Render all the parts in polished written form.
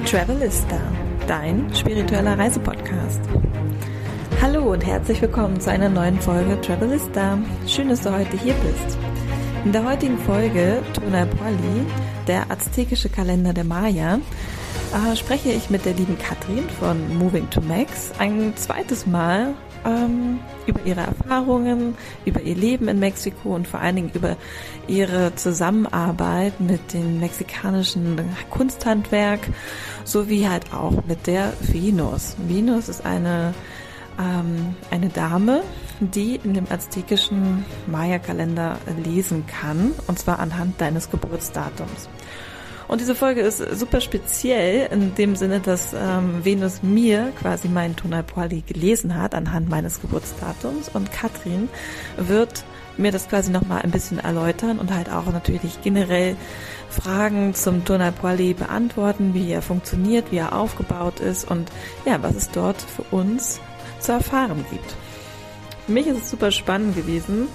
Travelista, dein spiritueller Reisepodcast. Hallo und herzlich willkommen zu einer neuen Folge Travelista. Schön, dass du heute hier bist. In der heutigen Folge Tonalpoali, der aztekische Kalender der Maya, spreche ich mit der lieben Katrin von Moving to Mex ein zweites Mal über ihre Erfahrungen, über ihr Leben in Mexiko und vor allen Dingen über ihre Zusammenarbeit mit dem mexikanischen Kunsthandwerk sowie halt auch mit der Venus. Venus ist eine Dame, die in dem aztekischen Maya-Kalender lesen kann, und zwar anhand deines Geburtsdatums. Und diese Folge ist super speziell in dem Sinne, dass Venus mir quasi meinen Tonalpoali gelesen hat anhand meines Geburtsdatums, und Katrin wird mir das quasi nochmal ein bisschen erläutern und halt auch natürlich generell Fragen zum Tonalpoali beantworten, wie er funktioniert, wie er aufgebaut ist und ja, was es dort für uns zu erfahren gibt. Für mich ist es super spannend gewesen,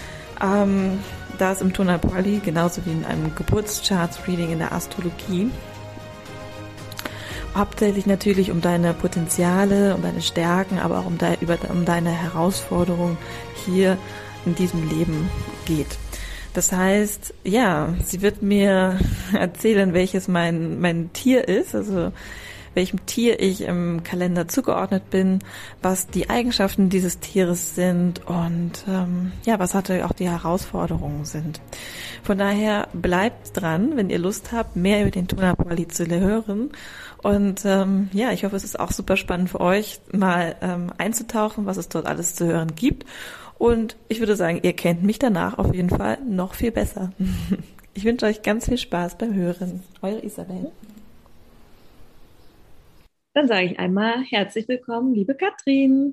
da es im Tonalpoali, genauso wie in einem Geburtscharts-Reading in der Astrologie, hauptsächlich natürlich um deine Potenziale, um deine Stärken, aber auch um deine Herausforderungen hier in diesem Leben geht. Das heißt, ja, sie wird mir erzählen, welches mein Tier ist, also welchem Tier ich im Kalender zugeordnet bin, was die Eigenschaften dieses Tieres sind und was natürlich auch die Herausforderungen sind. Von daher bleibt dran, wenn ihr Lust habt, mehr über den Tonalpoali zu hören. Und ich hoffe, es ist auch super spannend für euch, mal einzutauchen, was es dort alles zu hören gibt. Und ich würde sagen, ihr kennt mich danach auf jeden Fall noch viel besser. Ich wünsche euch ganz viel Spaß beim Hören. Eure Isabel. Dann sage ich einmal herzlich willkommen, liebe Katrin.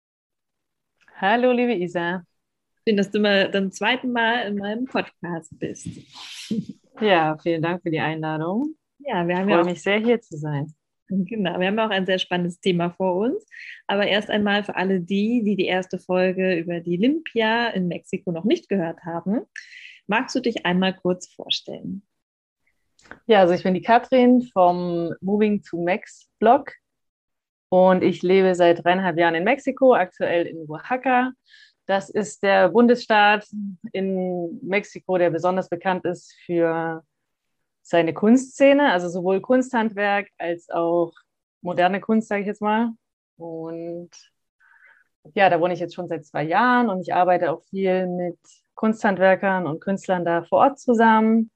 Hallo, liebe Isa. Schön, dass du mal zum zweiten Mal in meinem Podcast bist. Ja, vielen Dank für die Einladung. Ja, ich freue mich sehr, hier zu sein. Genau, wir haben ja auch ein sehr spannendes Thema vor uns. Aber erst einmal für alle die erste Folge über die Limpia in Mexiko noch nicht gehört haben, magst du dich einmal kurz vorstellen? Ja, also ich bin die Katrin vom Moving to Mex Blog und ich lebe seit 3,5 Jahren in Mexiko, aktuell in Oaxaca. Das ist der Bundesstaat in Mexiko, der besonders bekannt ist für seine Kunstszene, also sowohl Kunsthandwerk als auch moderne Kunst, sage ich jetzt mal. Und ja, da wohne ich jetzt schon seit 2 Jahren und ich arbeite auch viel mit Kunsthandwerkern und Künstlern da vor Ort zusammen.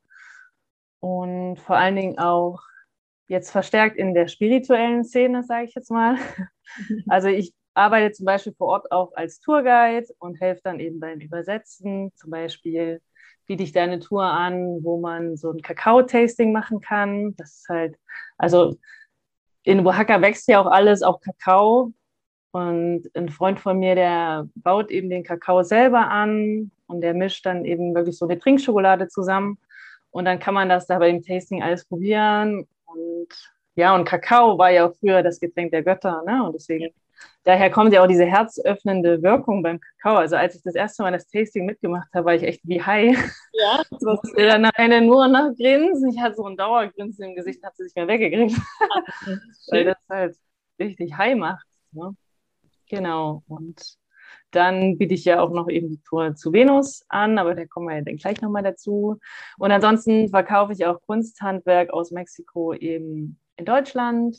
Und vor allen Dingen auch jetzt verstärkt in der spirituellen Szene, sage ich jetzt mal. Also ich arbeite zum Beispiel vor Ort auch als Tourguide und helfe dann eben beim Übersetzen. Zum Beispiel biete ich da eine Tour an, wo man so ein Kakao-Tasting machen kann. Das ist halt, also in Oaxaca wächst ja auch alles, auch Kakao. Und ein Freund von mir, der baut eben den Kakao selber an und der mischt dann eben wirklich so eine Trinkschokolade zusammen. Und dann kann man das da bei dem Tasting alles probieren. Und ja, und Kakao war ja auch früher das Getränk der Götter, ne? Und deswegen, daher kommt ja auch diese herzöffnende Wirkung beim Kakao. Also als ich das erste Mal das Tasting mitgemacht habe, war ich echt wie high. Ja, das musste dann eine nur noch grinsen. Ich hatte so ein Dauergrinsen im Gesicht, habe sie nicht mehr weggekriegt. Weil das halt richtig high macht, ne? Genau. Und dann biete ich ja auch noch eben die Tour zu Venus an, aber da kommen wir ja dann gleich nochmal dazu. Und ansonsten verkaufe ich auch Kunsthandwerk aus Mexiko eben in Deutschland.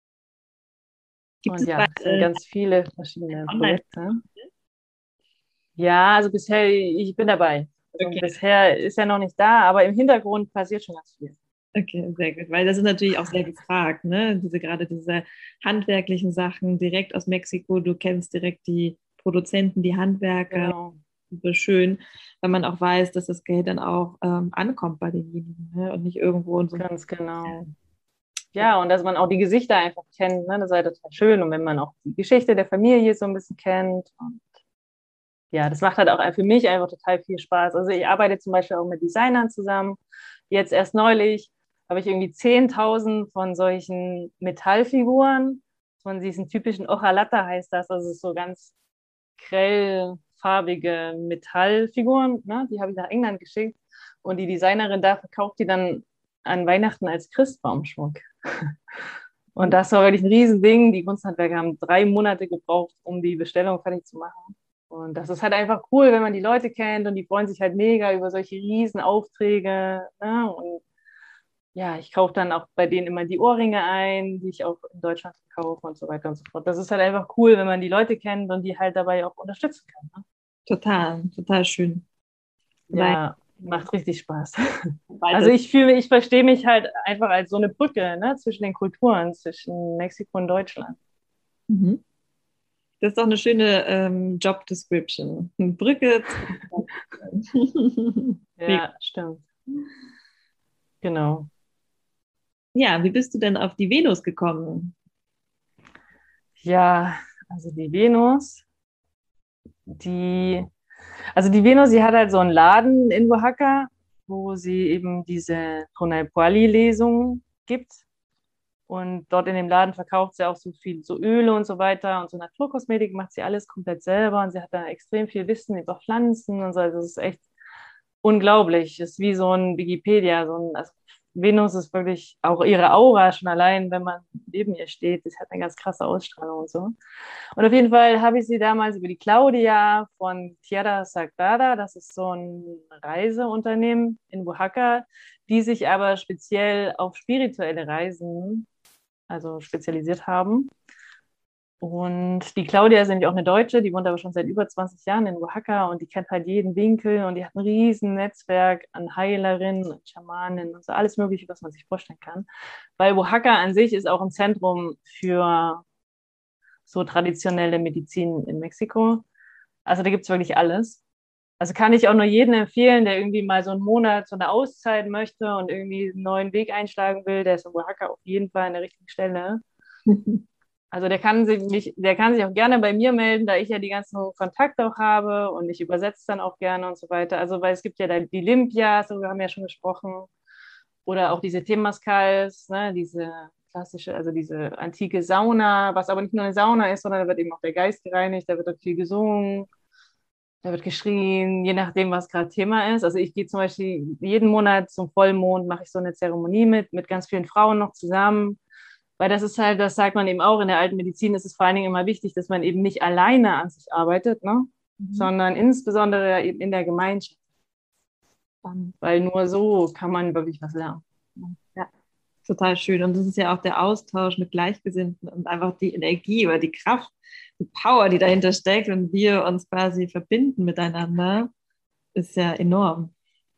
Und ja, es sind ganz viele verschiedene Projekte. Ja, also bisher, ich bin dabei. Also bisher ist er noch nicht da, aber im Hintergrund passiert schon ganz viel. Okay, sehr gut, weil das ist natürlich auch sehr gefragt, ne? Gerade diese handwerklichen Sachen direkt aus Mexiko, du kennst direkt die Produzenten, die Handwerker, genau. Super schön, weil man auch weiß, dass das Geld dann auch ankommt bei denjenigen, ne? Und nicht irgendwo in so. Ganz genau. Ja, und dass man auch die Gesichter einfach kennt, ne? Das ist halt total schön. Und wenn man auch die Geschichte der Familie so ein bisschen kennt. Und ja, das macht halt auch für mich einfach total viel Spaß. Also ich arbeite zum Beispiel auch mit Designern zusammen. Jetzt erst neulich habe ich irgendwie 10.000 von solchen Metallfiguren, von diesen typischen Hojalata heißt das, also so ganz grellfarbige Metallfiguren, ne? Die habe ich nach England geschickt und die Designerin da verkauft die dann an Weihnachten als Christbaumschmuck. Und das war wirklich ein Riesending. Die Kunsthandwerker haben 3 Monate gebraucht, um die Bestellung fertig zu machen. Und das ist halt einfach cool, wenn man die Leute kennt und die freuen sich halt mega über solche riesen Aufträge. Ne? Und ja, ich kaufe dann auch bei denen immer die Ohrringe ein, die ich auch in Deutschland verkaufe und so weiter und so fort. Das ist halt einfach cool, wenn man die Leute kennt und die halt dabei auch unterstützen kann. Ne? Total, total schön. Ja, macht richtig Spaß. Also ich verstehe mich halt einfach als so eine Brücke, ne, zwischen den Kulturen, zwischen Mexiko und Deutschland. Mhm. Das ist doch eine schöne Job Description. Eine Brücke. Ja, stimmt. Genau. Ja, wie bist du denn auf die Venus gekommen? Ja, also die Venus, die, also die Venus, sie hat halt so einen Laden in Oaxaca, wo sie eben diese Tonalpoali-Lesung gibt. Und dort in dem Laden verkauft sie auch so viel, so Öle und so weiter und so Naturkosmetik macht sie alles komplett selber und sie hat da extrem viel Wissen über Pflanzen und so. Also es ist echt unglaublich. Es ist wie so ein Wikipedia, also Venus ist wirklich auch ihre Aura schon allein, wenn man neben ihr steht. Sie hat eine ganz krasse Ausstrahlung und so. Und auf jeden Fall habe ich sie damals über die Claudia von Tierra Sagrada, das ist so ein Reiseunternehmen in Oaxaca, die sich aber speziell auf spirituelle Reisen, also spezialisiert haben. Und die Claudia ist nämlich auch eine Deutsche, die wohnt aber schon seit über 20 Jahren in Oaxaca und die kennt halt jeden Winkel und die hat ein riesen Netzwerk an Heilerinnen und Schamanen und so alles Mögliche, was man sich vorstellen kann. Weil Oaxaca an sich ist auch ein Zentrum für so traditionelle Medizin in Mexiko. Also da gibt es wirklich alles. Also kann ich auch nur jedem empfehlen, der irgendwie mal so einen Monat so eine Auszeit möchte und irgendwie einen neuen Weg einschlagen will, der ist in Oaxaca auf jeden Fall an der richtigen Stelle. Also der kann sich auch gerne bei mir melden, da ich ja die ganzen Kontakte auch habe und ich übersetze dann auch gerne und so weiter. Also weil es gibt ja da die Limpias, darüber haben wir ja schon gesprochen, oder auch diese Temazcals, ne, diese klassische, also diese antike Sauna, was aber nicht nur eine Sauna ist, sondern da wird eben auch der Geist gereinigt, da wird auch viel gesungen, da wird geschrien, je nachdem, was gerade Thema ist. Also ich gehe zum Beispiel jeden Monat zum Vollmond, mache ich so eine Zeremonie mit ganz vielen Frauen noch zusammen. Weil das ist halt, das sagt man eben auch in der alten Medizin, ist es vor allen Dingen immer wichtig, dass man eben nicht alleine an sich arbeitet, ne? Sondern insbesondere eben in der Gemeinschaft. Weil nur so kann man wirklich was lernen. Ja, total schön. Und das ist ja auch der Austausch mit Gleichgesinnten und einfach die Energie oder die Kraft, die Power, die dahinter steckt, wenn wir uns quasi verbinden miteinander, ist ja enorm.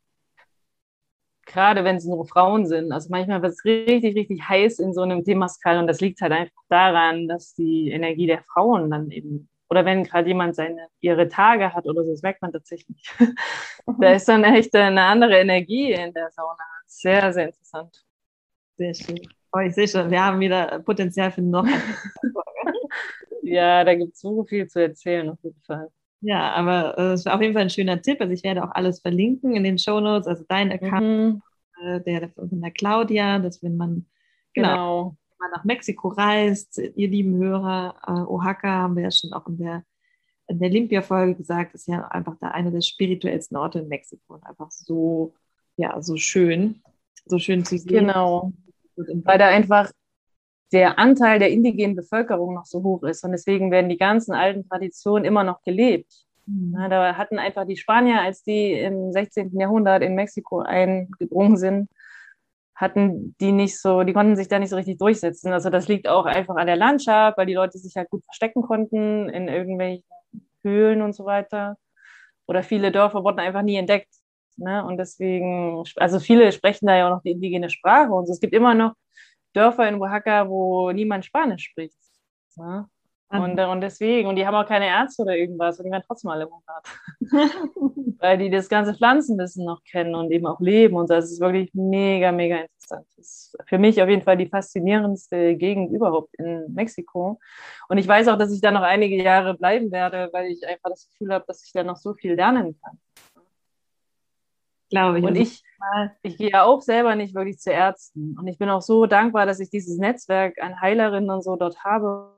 Gerade wenn es nur Frauen sind. Also manchmal wird es richtig, richtig heiß in so einem Temascal und das liegt halt einfach daran, dass die Energie der Frauen dann eben, oder wenn gerade jemand ihre Tage hat oder so, das merkt man tatsächlich. Da ist dann echt eine andere Energie in der Sauna. Sehr, sehr interessant. Sehr schön. Oh, ich sehe schon, wir haben wieder Potenzial für noch eine Folge. Ja, da gibt es so viel zu erzählen, auf jeden Fall. Ja, aber es war auf jeden Fall ein schöner Tipp. Also ich werde auch alles verlinken in den Shownotes, also dein Account, der von der Claudia, dass genau, Genau. wenn man nach Mexiko reist, ihr lieben Hörer, Oaxaca haben wir ja schon auch in der Olympia-Folge gesagt, ist ja einfach da einer der spirituellsten Orte in Mexiko und einfach so, ja, so schön zu sehen. Genau. Weil da einfach der Anteil der indigenen Bevölkerung noch so hoch ist. Und deswegen werden die ganzen alten Traditionen immer noch gelebt. Ja, da hatten einfach die Spanier, als die im 16. Jahrhundert in Mexiko eingedrungen sind, hatten die nicht so, die konnten sich da nicht so richtig durchsetzen. Also das liegt auch einfach an der Landschaft, weil die Leute sich halt gut verstecken konnten in irgendwelchen Höhlen und so weiter. Oder viele Dörfer wurden einfach nie entdeckt. Ne? Und deswegen, also viele sprechen da ja auch noch die indigene Sprache und so. Es gibt immer noch Dörfer in Oaxaca, wo niemand Spanisch spricht. Ne? Und deswegen, und die haben auch keine Ärzte oder irgendwas, und die werden trotzdem alle hungrig. Weil die das ganze Pflanzenwissen noch kennen und eben auch leben. Und das ist wirklich mega, mega interessant. Das ist für mich auf jeden Fall die faszinierendste Gegend überhaupt in Mexiko. Und ich weiß auch, dass ich da noch einige Jahre bleiben werde, weil ich einfach das Gefühl habe, dass ich da noch so viel lernen kann. Glaube ich. Und ich gehe ja auch selber nicht wirklich zu Ärzten. Und ich bin auch so dankbar, dass ich dieses Netzwerk an Heilerinnen und so dort habe.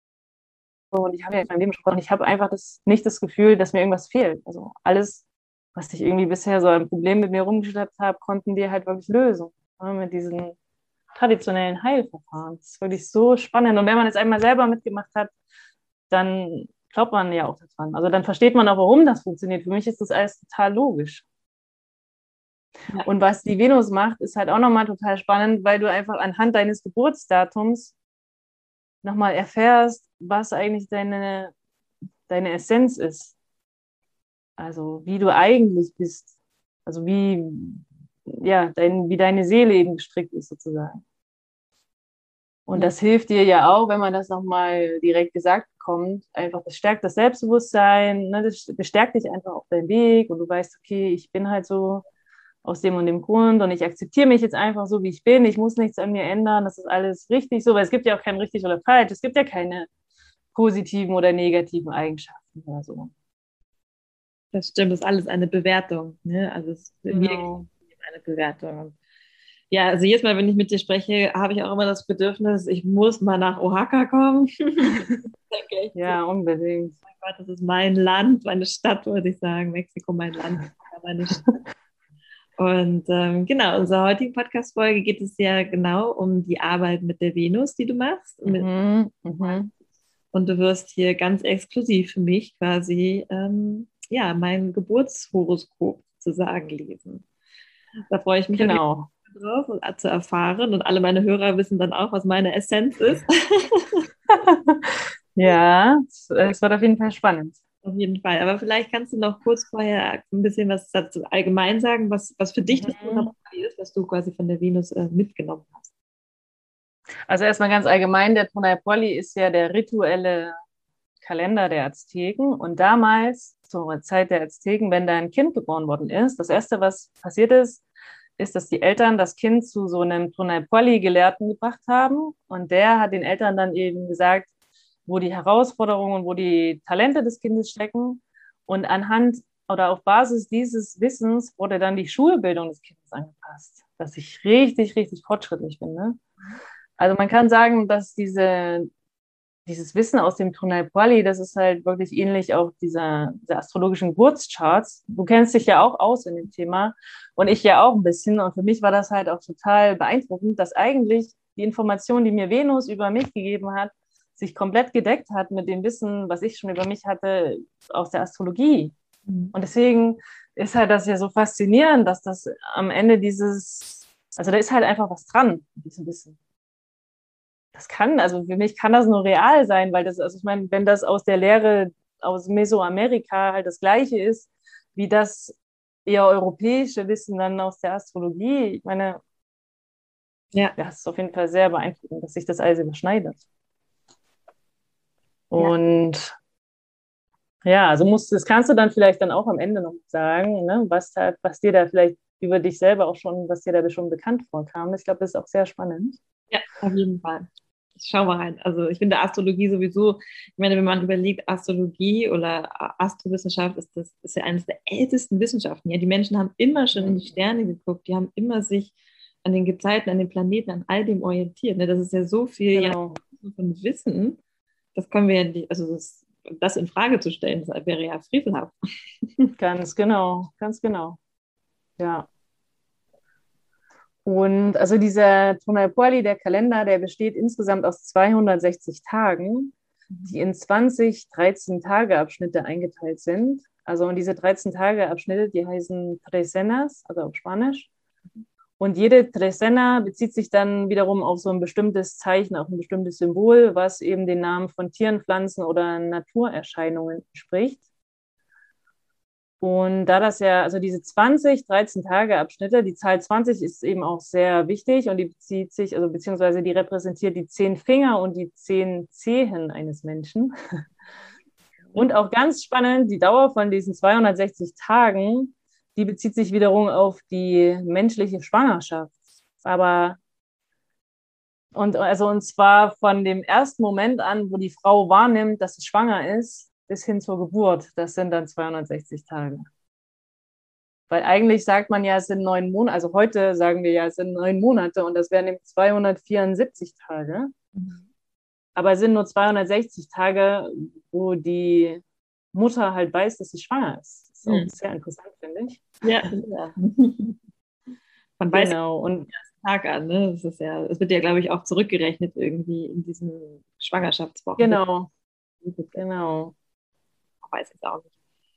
Und ich habe ja in meinem Leben gesprochen, ich habe einfach nicht das Gefühl, dass mir irgendwas fehlt. Also alles was ich irgendwie bisher so ein Problem mit mir rumgeschleppt habe, konnten die halt wirklich lösen. Ja, mit diesen traditionellen Heilverfahren. Das ist wirklich so spannend. Und wenn man es einmal selber mitgemacht hat, dann glaubt man ja auch daran. Also dann versteht man auch, warum das funktioniert. Für mich ist das alles total logisch. Ja. Und was die Venus macht, ist halt auch nochmal total spannend, weil du einfach anhand deines Geburtsdatums nochmal erfährst, was eigentlich deine Essenz ist. Also wie du eigentlich bist. Also wie deine Seele eben gestrickt ist sozusagen. Und das hilft dir ja auch, wenn man das nochmal direkt gesagt bekommt. Einfach, das stärkt das Selbstbewusstsein, ne? Das bestärkt dich einfach auf deinem Weg und du weißt, okay, ich bin halt so aus dem und dem Grund und ich akzeptiere mich jetzt einfach so, wie ich bin. Ich muss nichts an mir ändern, das ist alles richtig so, weil es gibt ja auch kein richtig oder falsch. Es gibt ja keine positiven oder negativen Eigenschaften oder so. Das stimmt, das ist alles eine Bewertung. Ne? Also es ist wirklich Genau. eine Bewertung. Ja, also jedes Mal, wenn ich mit dir spreche, habe ich auch immer das Bedürfnis, ich muss mal nach Oaxaca kommen. Denke ich so, Ja, unbedingt. oh mein Gott, das ist mein Land, meine Stadt, würde ich sagen. Mexiko, mein Land, meine Stadt. Und genau, in unserer heutigen Podcast-Folge geht es ja genau um die Arbeit mit der Venus, die du machst. Mhm, mhm. Und du wirst hier ganz exklusiv für mich quasi ja, mein Geburtshoroskop sozusagen lesen. Da freue ich mich auf jeden Genau. Fall drauf, zu erfahren. Und alle meine Hörer wissen dann auch, was meine Essenz ist. Ja, es wird auf jeden Fall spannend. Auf jeden Fall. Aber vielleicht kannst du noch kurz vorher ein bisschen was dazu allgemein sagen, was für dich das Mhm. Tonapoli ist, was du quasi von der Venus mitgenommen hast. Also erstmal ganz allgemein, der Tonapoli ist ja der rituelle Kalender der Azteken. Und damals, zur Zeit der Azteken, wenn da ein Kind geboren worden ist, das Erste, was passiert ist, ist, dass die Eltern das Kind zu so einem Tonapoli-Gelehrten gebracht haben. Und der hat den Eltern dann eben gesagt, wo die Herausforderungen, wo die Talente des Kindes stecken. Und anhand oder auf Basis dieses Wissens wurde dann die Schulbildung des Kindes angepasst, was ich richtig, richtig fortschrittlich finde. Also man kann sagen, dass dieses Wissen aus dem Tonal-Poly, das ist halt wirklich ähnlich auch dieser astrologischen Geburtscharts. Du kennst dich ja auch aus in dem Thema und ich ja auch ein bisschen. Und für mich war das halt auch total beeindruckend, dass eigentlich die Information, die mir Venus über mich gegeben hat, sich komplett gedeckt hat mit dem Wissen, was ich schon über mich hatte aus der Astrologie. Mhm. Und deswegen ist halt das ja so faszinierend, dass das am Ende also da ist halt einfach was dran, mit diesem Wissen. Also für mich kann das nur real sein, weil also ich meine, wenn das aus der Lehre aus Mesoamerika halt das Gleiche ist, wie das eher europäische Wissen dann aus der Astrologie, ich meine, Ja, ja, es ist auf jeden Fall sehr beeindruckend, dass sich das alles überschneidet. ja. Und ja, also das kannst du dann vielleicht dann auch am Ende noch sagen, ne, was dir da vielleicht über dich selber auch schon, was dir da schon bekannt vorkam. Ich glaube, das ist auch sehr spannend. Ja, auf jeden Fall. Ich schau mal rein. Also ich finde Astrologie sowieso, ich meine, wenn man überlegt, Astrologie oder Astrowissenschaft ist ja eines der ältesten Wissenschaften. Ja, die Menschen haben immer schon in die Sterne geguckt, die haben immer sich an den Gezeiten, an den Planeten, an all dem orientiert. Ne? Das ist ja so viel Genau, von Wissen, das können wir ja nicht, also das in Frage zu stellen, das wäre ja frevelhaft. ganz genau, ganz genau. Ja. Und also dieser Tonal-Poly, der Kalender, der besteht insgesamt aus 260 Tagen, die in 20 13-Tage-Abschnitte eingeteilt sind. Also und diese 13-Tage-Abschnitte, die heißen Trecenas, also auf Spanisch. Und jede Trecena bezieht sich dann wiederum auf so ein bestimmtes Zeichen, auf ein bestimmtes Symbol, was eben den Namen von Tieren, Pflanzen oder Naturerscheinungen spricht. Und da das ja, also diese 20 13-Tage-Abschnitte, die Zahl 20 ist eben auch sehr wichtig und die bezieht sich, also beziehungsweise die repräsentiert die 10 Finger und die 10 Zehen eines Menschen. Und auch ganz spannend, die Dauer von diesen 260 Tagen, die bezieht sich wiederum auf die menschliche Schwangerschaft. Aber, und zwar von dem ersten Moment an, wo die Frau wahrnimmt, dass sie schwanger ist, bis hin zur Geburt. Das sind dann 260 Tage. Weil eigentlich sagt man ja, es sind 9 Monate, also heute sagen wir ja, es sind 9 Monate und das wären eben 274 Tage. Aber es sind nur 260 Tage, wo die Mutter halt weiß, dass sie schwanger ist. ist auch sehr interessant, finde ich. Ja, ja. Man weiß ja von ersten Tag an, ne? Das ist ja, es wird ja, glaube ich, auch zurückgerechnet irgendwie in diesen Schwangerschaftswochen. Genau. Ich weiß jetzt auch nicht.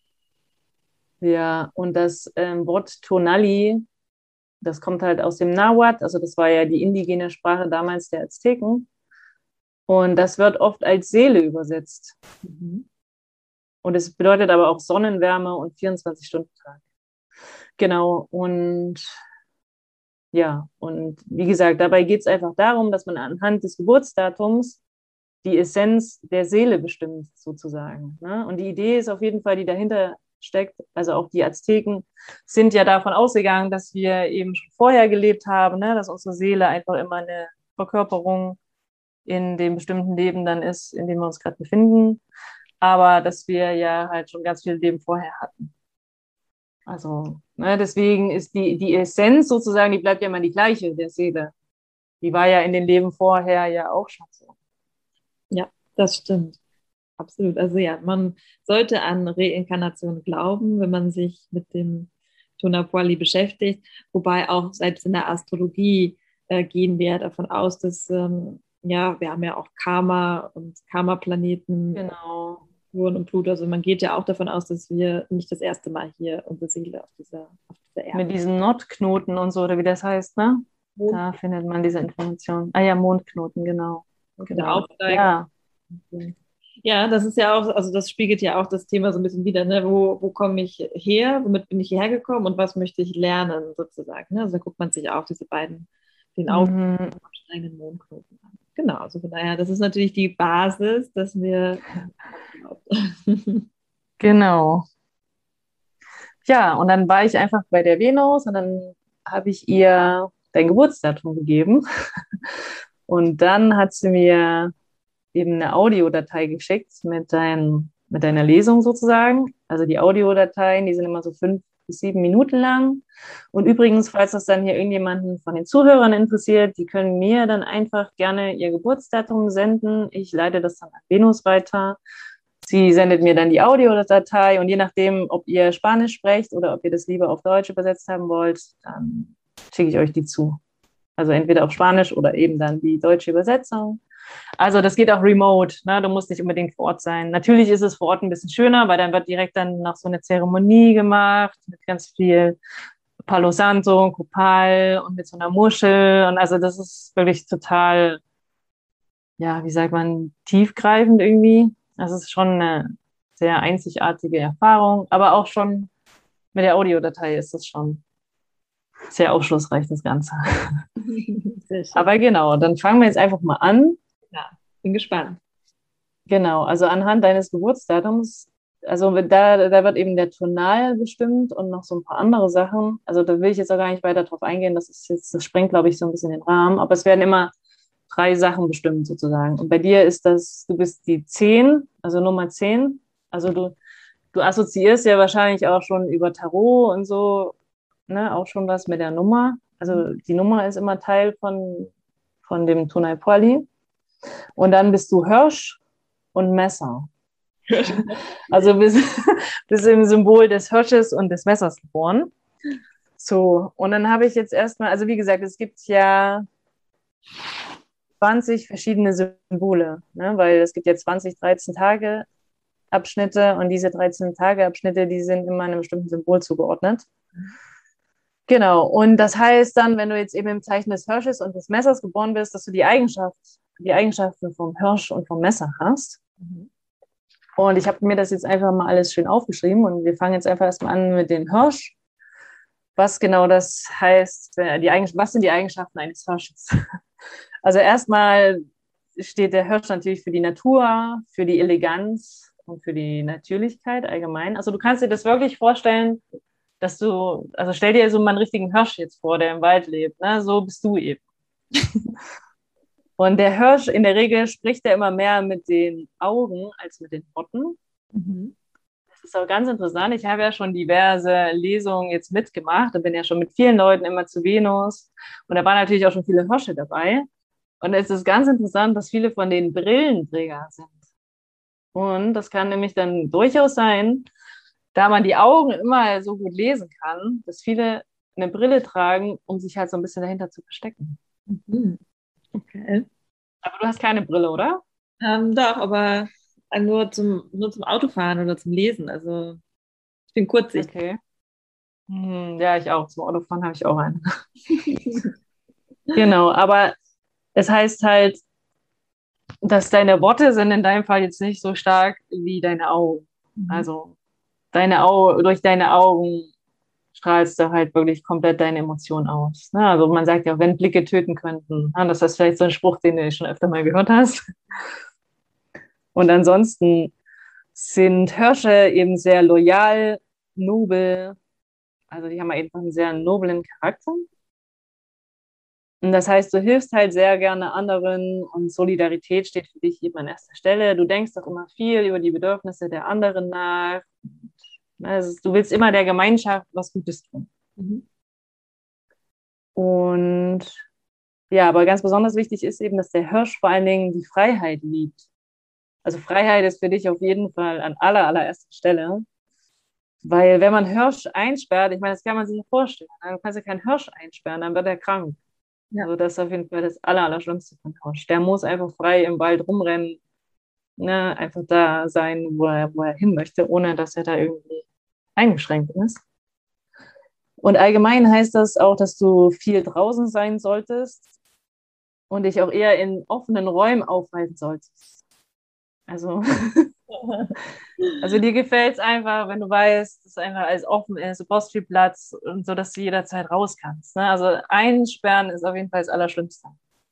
Ja, und das Wort Tonali, das kommt halt aus dem Nahuatl, also das war ja die indigene Sprache damals der Azteken. Und das wird oft als Seele übersetzt. Mhm. Und es bedeutet aber auch Sonnenwärme und 24-Stunden-Tag. Genau, und ja, und wie gesagt, dabei geht es einfach darum, dass man anhand des Geburtsdatums die Essenz der Seele bestimmt, sozusagen. Ne? Und die Idee ist auf jeden Fall, die dahinter steckt, also auch die Azteken sind ja davon ausgegangen, dass wir eben schon vorher gelebt haben, ne? Dass unsere Seele einfach immer eine Verkörperung in dem bestimmten Leben dann ist, in dem wir uns gerade befinden, aber dass wir ja halt schon ganz viel Leben vorher hatten. Also, ne, deswegen ist die Essenz sozusagen, die bleibt ja immer die gleiche, der Seele. Die war ja in den Leben vorher ja auch schon so. Ja, das stimmt. Absolut. Also ja, man sollte an Reinkarnation glauben, wenn man sich mit dem Tonapoli beschäftigt, wobei auch selbst in der Astrologie gehen wir davon aus, dass ja, wir haben ja auch Karma und Karma-Planeten, Genau. Saturn und Pluto. Also man geht ja auch davon aus, dass wir nicht das erste Mal hier unsere Seele auf dieser Erde. Mit diesen Nordknoten und so, oder wie das heißt, ne? Da findet man diese Information. Ah ja, Mondknoten, genau. Genau. Ja. Ja, das ist ja auch, also das spiegelt ja auch das Thema so ein bisschen wider, ne? Wo komme ich her, womit bin ich hierher gekommen und was möchte ich lernen, sozusagen. Ne? Also da guckt man sich auch diese beiden, den aufsteigenden Mondknoten an. Genau, also von daher, das ist natürlich die Basis, dass wir Genau. Ja, und dann war ich einfach bei der Venus und dann habe ich ihr dein Geburtsdatum gegeben. Und dann hat sie mir eben eine Audiodatei geschickt mit deiner Lesung sozusagen. Also die Audiodateien, die sind immer so 5 bis 7 Minuten lang. Und übrigens, falls das dann hier irgendjemanden von den Zuhörern interessiert, die können mir dann einfach gerne ihr Geburtsdatum senden. Ich leite das dann an Venus weiter. Sie sendet mir dann die Audiodatei und je nachdem, ob ihr Spanisch sprecht oder ob ihr das lieber auf Deutsch übersetzt haben wollt, dann schicke ich euch die zu. Also entweder auf Spanisch oder eben dann die deutsche Übersetzung. Also das geht auch remote, ne? Du musst nicht unbedingt vor Ort sein. Natürlich ist es vor Ort ein bisschen schöner, weil dann wird direkt dann noch so eine Zeremonie gemacht mit ganz viel Palo Santo und Copal und mit so einer Muschel. Und also das ist wirklich total, ja, wie sagt man, tiefgreifend irgendwie. Das ist schon eine sehr einzigartige Erfahrung, aber auch schon mit der Audiodatei ist es schon sehr aufschlussreich, das Ganze. Aber genau, dann fangen wir jetzt einfach mal an. Ja, bin gespannt. Genau, also anhand deines Geburtsdatums, also da wird eben der Tonal bestimmt und noch so ein paar andere Sachen. Also da will ich jetzt auch gar nicht weiter drauf eingehen, das sprengt, glaube ich, so ein bisschen den Rahmen, aber es werden immer 3 Sachen bestimmt sozusagen. Und bei dir ist das, du bist die 10, also Nummer 10. Also du assoziierst ja wahrscheinlich auch schon über Tarot und so, ne, auch schon was mit der Nummer. Also die Nummer ist immer Teil von dem Tunai Poali. Und dann bist du Hirsch und Messer. Also bist im Symbol des Hirsches und des Messers geboren. So, und dann habe ich jetzt erstmal, also wie gesagt, es gibt ja 20 verschiedene Symbole, ne? Weil es gibt ja 20, 13 Tage Abschnitte und diese 13 Tage Abschnitte, die sind immer einem bestimmten Symbol zugeordnet. Genau, und das heißt dann, wenn du jetzt eben im Zeichen des Hirsches und des Messers geboren bist, dass du die Eigenschaften vom Hirsch und vom Messer hast. Und ich habe mir das jetzt einfach mal alles schön aufgeschrieben und wir fangen jetzt einfach erstmal an mit dem Hirsch. Was genau das heißt, was sind die Eigenschaften eines Hirsches? Also erstmal steht der Hirsch natürlich für die Natur, für die Eleganz und für die Natürlichkeit allgemein. Also du kannst dir das wirklich vorstellen, also stell dir so mal einen richtigen Hirsch jetzt vor, der im Wald lebt, ne? So bist du eben. Und der Hirsch, in der Regel spricht er immer mehr mit den Augen als mit den Worten. Das ist auch ganz interessant. Ich habe ja schon diverse Lesungen jetzt mitgemacht und bin ja schon mit vielen Leuten immer zu Venus. Und da waren natürlich auch schon viele Hirsche dabei. Und es ist ganz interessant, dass viele von denen Brillenträger sind. Und das kann nämlich dann durchaus sein, da man die Augen immer so gut lesen kann, dass viele eine Brille tragen, um sich halt so ein bisschen dahinter zu verstecken. Mhm. Okay. Aber du hast keine Brille, oder? Doch, aber nur zum Autofahren oder zum Lesen. Also ich bin kurzsichtig. Okay. Ja, ich auch. Zum Autofahren habe ich auch eine. Genau, aber es heißt halt, dass deine Worte sind in deinem Fall jetzt nicht so stark wie deine Augen. Mhm. Also durch deine Augen strahlst du halt wirklich komplett deine Emotionen aus. Ne? Also man sagt ja, wenn Blicke töten könnten. Ne? Das ist vielleicht so ein Spruch, den du schon öfter mal gehört hast. Und ansonsten sind Hirsche eben sehr loyal, nobel. Also die haben einfach einen sehr noblen Charakter. Und das heißt, du hilfst halt sehr gerne anderen und Solidarität steht für dich eben an erster Stelle. Du denkst auch immer viel über die Bedürfnisse der anderen nach. Also du willst immer der Gemeinschaft was Gutes tun. Mhm. Und ja, aber ganz besonders wichtig ist eben, dass der Hirsch vor allen Dingen die Freiheit liebt. Also Freiheit ist für dich auf jeden Fall an allererster Stelle. Weil wenn man Hirsch einsperrt, ich meine, das kann man sich ja vorstellen. Du kannst ja keinen Hirsch einsperren, dann wird er krank. Ja. Also das ist auf jeden Fall das Allerschlimmste von Hirsch. Der muss einfach frei im Wald rumrennen, ne? Einfach da sein, wo er hin möchte, ohne dass er da irgendwie eingeschränkt ist. Und allgemein heißt das auch, dass du viel draußen sein solltest und dich auch eher in offenen Räumen aufhalten solltest. Also, also dir gefällt es einfach, wenn du weißt, dass es einfach alles offen ist, du brauchst viel Platz und so, dass du jederzeit raus kannst. Ne? Also einsperren ist auf jeden Fall das Allerschlimmste.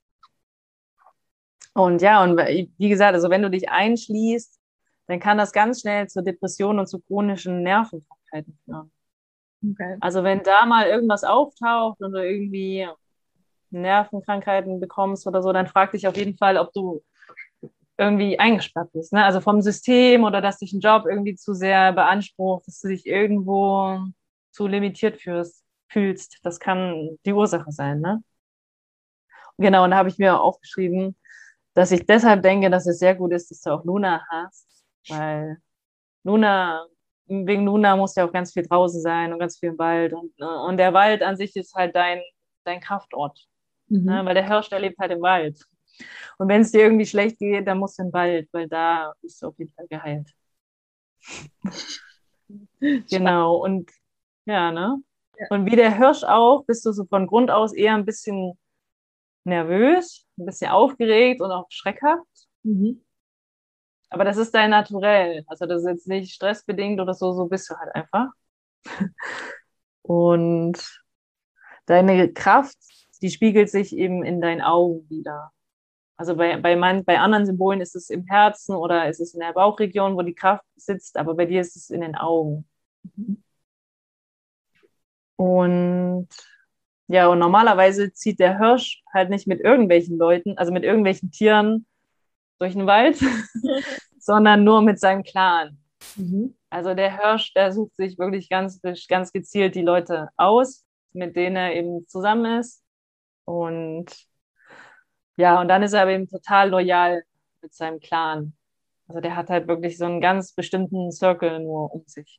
Und ja, und wie gesagt, also wenn du dich einschließt, dann kann das ganz schnell zur Depression und zu chronischen Nervenkrankheiten führen. Okay. Also wenn da mal irgendwas auftaucht und du irgendwie Nervenkrankheiten bekommst oder so, dann frag dich auf jeden Fall, ob du irgendwie eingesperrt bist. Ne? Also vom System oder dass dich ein Job irgendwie zu sehr beansprucht, dass du dich irgendwo zu limitiert fühlst. Das kann die Ursache sein. Ne? Genau, und da habe ich mir aufgeschrieben, dass ich deshalb denke, dass es sehr gut ist, dass du auch Luna hast, weil wegen Luna musst du ja auch ganz viel draußen sein und ganz viel im Wald und der Wald an sich ist halt dein Kraftort, ne? Mhm. Weil der Hirsch, der lebt halt im Wald. Und wenn es dir irgendwie schlecht geht, dann musst du in den Wald, weil da bist du auf jeden Fall geheilt. Spannend. Genau, und ja, ne? Ja. Und wie der Hirsch auch, bist du so von Grund aus eher ein bisschen nervös, ein bisschen aufgeregt und auch schreckhaft. Mhm. Aber das ist dein Naturell. Also das ist jetzt nicht stressbedingt oder so, so bist du halt einfach. Und deine Kraft, die spiegelt sich eben in deinen Augen wieder. Also bei anderen Symbolen ist es im Herzen oder ist es in der Bauchregion, wo die Kraft sitzt, aber bei dir ist es in den Augen. Mhm. Und ja, und normalerweise zieht der Hirsch halt nicht mit irgendwelchen Leuten, also mit irgendwelchen Tieren durch den Wald, sondern nur mit seinem Clan. Mhm. Also der Hirsch, der sucht sich wirklich ganz gezielt die Leute aus, mit denen er eben zusammen ist. Und ja, und dann ist er aber eben total loyal mit seinem Clan. Also der hat halt wirklich so einen ganz bestimmten Circle nur um sich.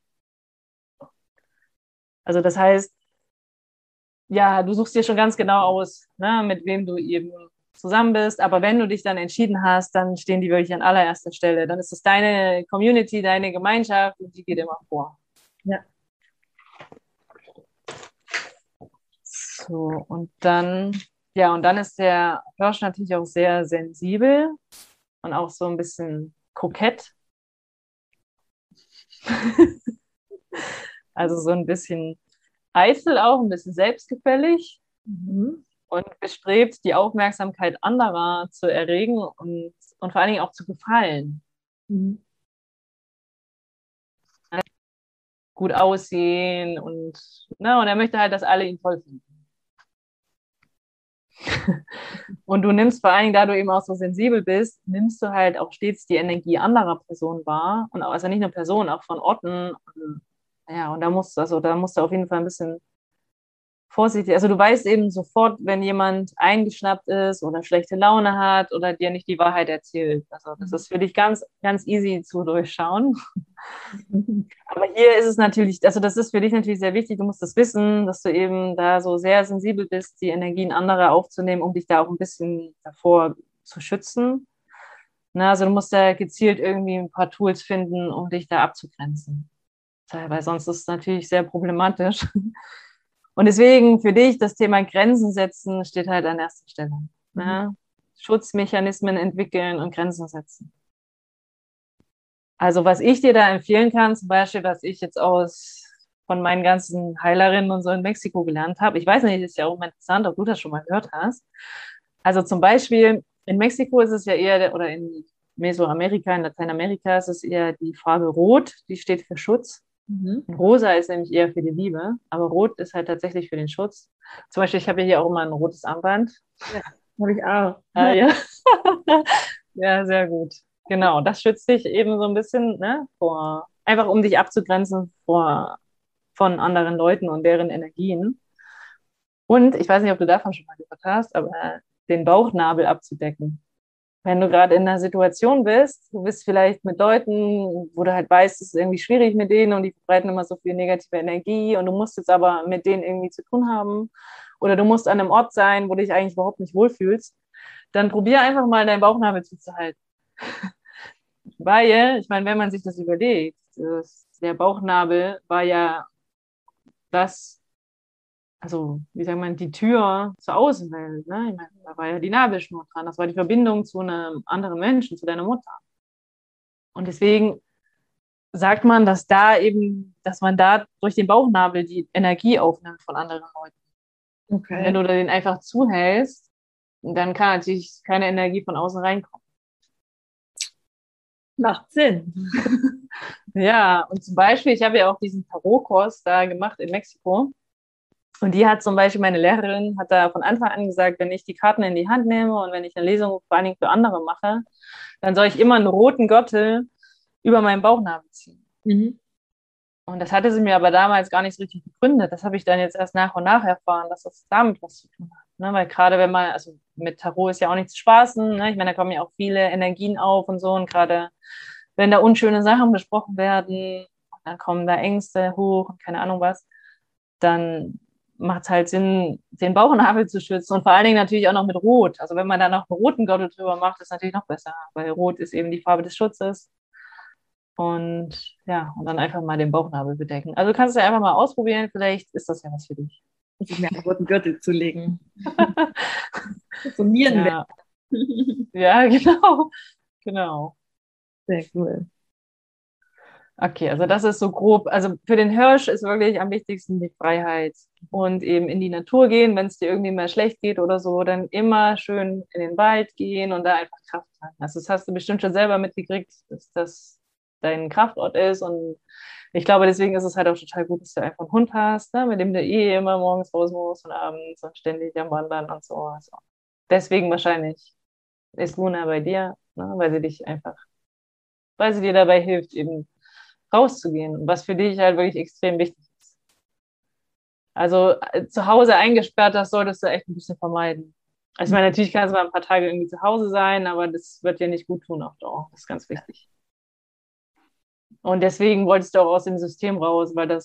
Also das heißt, ja, du suchst dir schon ganz genau aus, ne, mit wem du eben zusammen bist. Aber wenn du dich dann entschieden hast, dann stehen die wirklich an allererster Stelle. Dann ist es deine Community, deine Gemeinschaft und die geht immer vor. Ja. So, und dann, ja, und dann ist der Hirsch natürlich auch sehr sensibel und auch so ein bisschen kokett. Also so ein bisschen eitel auch, ein bisschen selbstgefällig Mhm. und bestrebt, die Aufmerksamkeit anderer zu erregen und vor allen Dingen auch zu gefallen. Mhm. Gut aussehen ne, und er möchte halt, dass alle ihn toll finden. Und du nimmst vor allen Dingen, da du eben auch so sensibel bist, nimmst du halt auch stets die Energie anderer Personen wahr und auch, also nicht nur Personen, auch von Orten. Ja, und da musst du auf jeden Fall ein bisschen vorsichtig. Also du weißt eben sofort, wenn jemand eingeschnappt ist oder schlechte Laune hat oder dir nicht die Wahrheit erzählt. Also das ist für dich ganz, ganz easy zu durchschauen. Aber hier ist es natürlich, also das ist für dich natürlich sehr wichtig. Du musst das wissen, dass du eben da so sehr sensibel bist, die Energien anderer aufzunehmen, um dich da auch ein bisschen davor zu schützen. Na, also du musst da gezielt irgendwie ein paar Tools finden, um dich da abzugrenzen. Weil sonst ist es natürlich sehr problematisch. Und deswegen für dich das Thema Grenzen setzen steht halt an erster Stelle. Ne? Schutzmechanismen entwickeln und Grenzen setzen. Also was ich dir da empfehlen kann, zum Beispiel, was ich jetzt von meinen ganzen Heilerinnen und so in Mexiko gelernt habe, ich weiß nicht, ist ja auch mal interessant, ob du das schon mal gehört hast. Also zum Beispiel in Mexiko ist es ja eher, oder in Mesoamerika, in Lateinamerika ist es eher die Farbe Rot, die steht für Schutz. Rosa ist nämlich eher für die Liebe, aber Rot ist halt tatsächlich für den Schutz. Zum Beispiel, ich habe hier auch immer ein rotes Armband. Ja, habe ich auch. Ah, ja. Ja, sehr gut. Genau, das schützt dich eben so ein bisschen, ne, einfach um dich abzugrenzen von anderen Leuten und deren Energien. Und ich weiß nicht, ob du davon schon mal gehört hast, aber den Bauchnabel abzudecken. Wenn du gerade in einer Situation bist, du bist vielleicht mit Leuten, wo du halt weißt, es ist irgendwie schwierig mit denen und die verbreiten immer so viel negative Energie und du musst jetzt aber mit denen irgendwie zu tun haben oder du musst an einem Ort sein, wo du dich eigentlich überhaupt nicht wohlfühlst, dann probier einfach mal deinen Bauchnabel zuzuhalten. Weil, ich meine, wenn man sich das überlegt, der Bauchnabel war ja das, also wie sagt man, die Tür zur Außenwelt. Ne? Ich meine, da war ja die Nabelschnur dran. Das war die Verbindung zu einem anderen Menschen, zu deiner Mutter. Und deswegen sagt man, dass man da durch den Bauchnabel die Energie aufnimmt von anderen Leuten. Okay. Und wenn du den einfach zuhältst, dann kann natürlich keine Energie von außen reinkommen. Macht Sinn. Ja, und zum Beispiel, ich habe ja auch diesen Tarotkurs da gemacht in Mexiko. Und die hat zum Beispiel, meine Lehrerin hat da von Anfang an gesagt, wenn ich die Karten in die Hand nehme und wenn ich eine Lesung vor allen Dingen für andere mache, dann soll ich immer einen roten Gürtel über meinen Bauchnabel ziehen. Und das hatte sie mir aber damals gar nicht so richtig begründet. Das habe ich dann jetzt erst nach und nach erfahren, dass das damit was zu tun hat. Ne? Weil gerade wenn man, also mit Tarot ist ja auch nicht zu spaßen, ne? Ich meine, da kommen ja auch viele Energien auf und so. Und gerade wenn da unschöne Sachen besprochen werden, dann kommen da Ängste hoch und keine Ahnung was, dann macht es halt Sinn, den Bauchnabel zu schützen und vor allen Dingen natürlich auch noch mit Rot. Also wenn man da noch einen roten Gürtel drüber macht, ist natürlich noch besser, weil Rot ist eben die Farbe des Schutzes. Und ja, und dann einfach mal den Bauchnabel bedecken. Also kannst du ja einfach mal ausprobieren, vielleicht ist das ja was für dich. Ich mir einen roten Gürtel zulegen. So Nierenwert. Ja, genau. Genau. Sehr cool. Okay, also das ist so grob. Also für den Hirsch ist wirklich am wichtigsten die Freiheit und eben in die Natur gehen, wenn es dir irgendwie mal schlecht geht oder so, dann immer schön in den Wald gehen und da einfach Kraft tanken. Also das hast du bestimmt schon selber mitgekriegt, dass das dein Kraftort ist und ich glaube, deswegen ist es halt auch total gut, dass du einfach einen Hund hast, ne, mit dem du immer morgens raus musst und abends und ständig am Wandern und so. Also deswegen wahrscheinlich ist Luna bei dir, ne, weil sie dir dabei hilft, eben rauszugehen, was für dich halt wirklich extrem wichtig ist. Also zu Hause eingesperrt, das solltest du echt ein bisschen vermeiden. Also ich meine, natürlich kannst du mal ein paar Tage irgendwie zu Hause sein, aber das wird dir nicht gut tun auf Dauer. Das ist ganz wichtig. Und deswegen wolltest du auch aus dem System raus, weil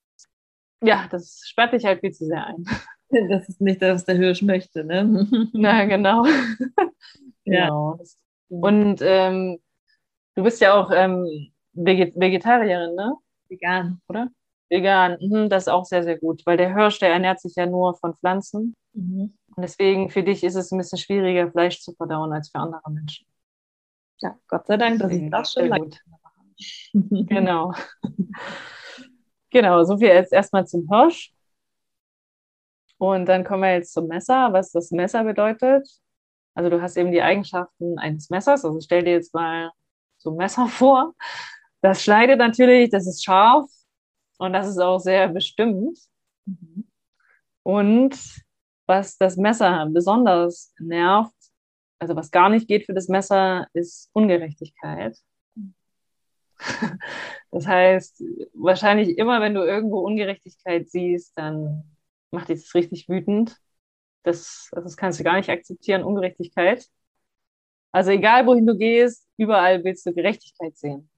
das sperrt dich halt viel zu sehr ein. Das ist nicht das, was der Hirsch möchte, ne? Na, genau. Ja. Genau. Und du bist ja auch Vegetarierin, ne? Vegan. Oder? Vegan, das ist auch sehr, sehr gut, weil der Hirsch, der ernährt sich ja nur von Pflanzen. Und deswegen für dich ist es ein bisschen schwieriger, Fleisch zu verdauen als für andere Menschen. Ja, Gott sei Dank, dass ich das schon sehr gut. Genau. Genau, so viel jetzt erstmal zum Hirsch. Und dann kommen wir jetzt zum Messer, was das Messer bedeutet. Also du hast eben die Eigenschaften eines Messers. Also stell dir jetzt mal so ein Messer vor. Das schneidet natürlich, das ist scharf und das ist auch sehr bestimmt. Und was das Messer besonders nervt, also was gar nicht geht für das Messer, ist Ungerechtigkeit. Das heißt, wahrscheinlich immer, wenn du irgendwo Ungerechtigkeit siehst, dann macht dich das richtig wütend. Das kannst du gar nicht akzeptieren, Ungerechtigkeit. Also egal, wohin du gehst, überall willst du Gerechtigkeit sehen.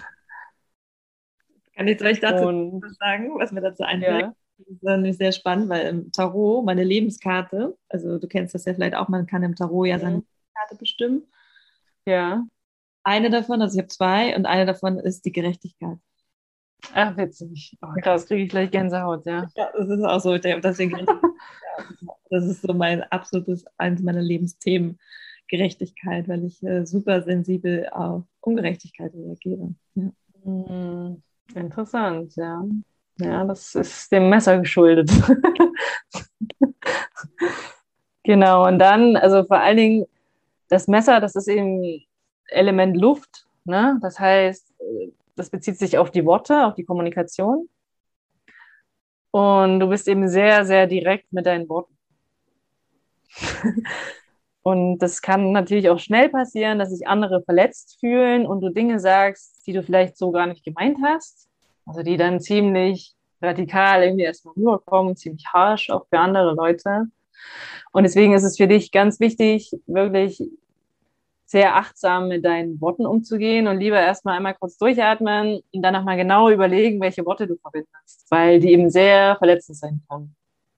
Soll ich dazu Und was sagen, was mir dazu einfällt? ja, Das ist nämlich sehr spannend, weil im Tarot meine Lebenskarte, also du kennst das ja vielleicht auch, man kann im Tarot ja seine mhm, Lebenskarte bestimmen. ja. Eine davon, also ich habe zwei und eine davon ist die Gerechtigkeit. Ach, witzig. Oh, krass, kriege ich gleich Gänsehaut, ja. Ja, das ist auch so, deswegen, ja, das ist so mein absolutes, eines meiner Lebensthemen, Gerechtigkeit, weil ich super sensibel auf Ungerechtigkeit reagiere. Ja. Hm, interessant, ja. Ja, das ist dem Messer geschuldet. Genau, und dann, also vor allen Dingen, das Messer, das ist eben Element Luft, ne? Das heißt, das bezieht sich auf die Worte, auf die Kommunikation. Und du bist eben sehr, sehr direkt mit deinen Worten. Und das kann natürlich auch schnell passieren, dass sich andere verletzt fühlen und du Dinge sagst, die du vielleicht so gar nicht gemeint hast. Also die dann ziemlich radikal irgendwie erstmal rüberkommen, ziemlich harsh auch für andere Leute. Und deswegen ist es für dich ganz wichtig, wirklich sehr achtsam mit deinen Worten umzugehen und lieber erstmal einmal kurz durchatmen und dann nochmal genau überlegen, welche Worte du verwendest, weil die eben sehr verletzend sein können.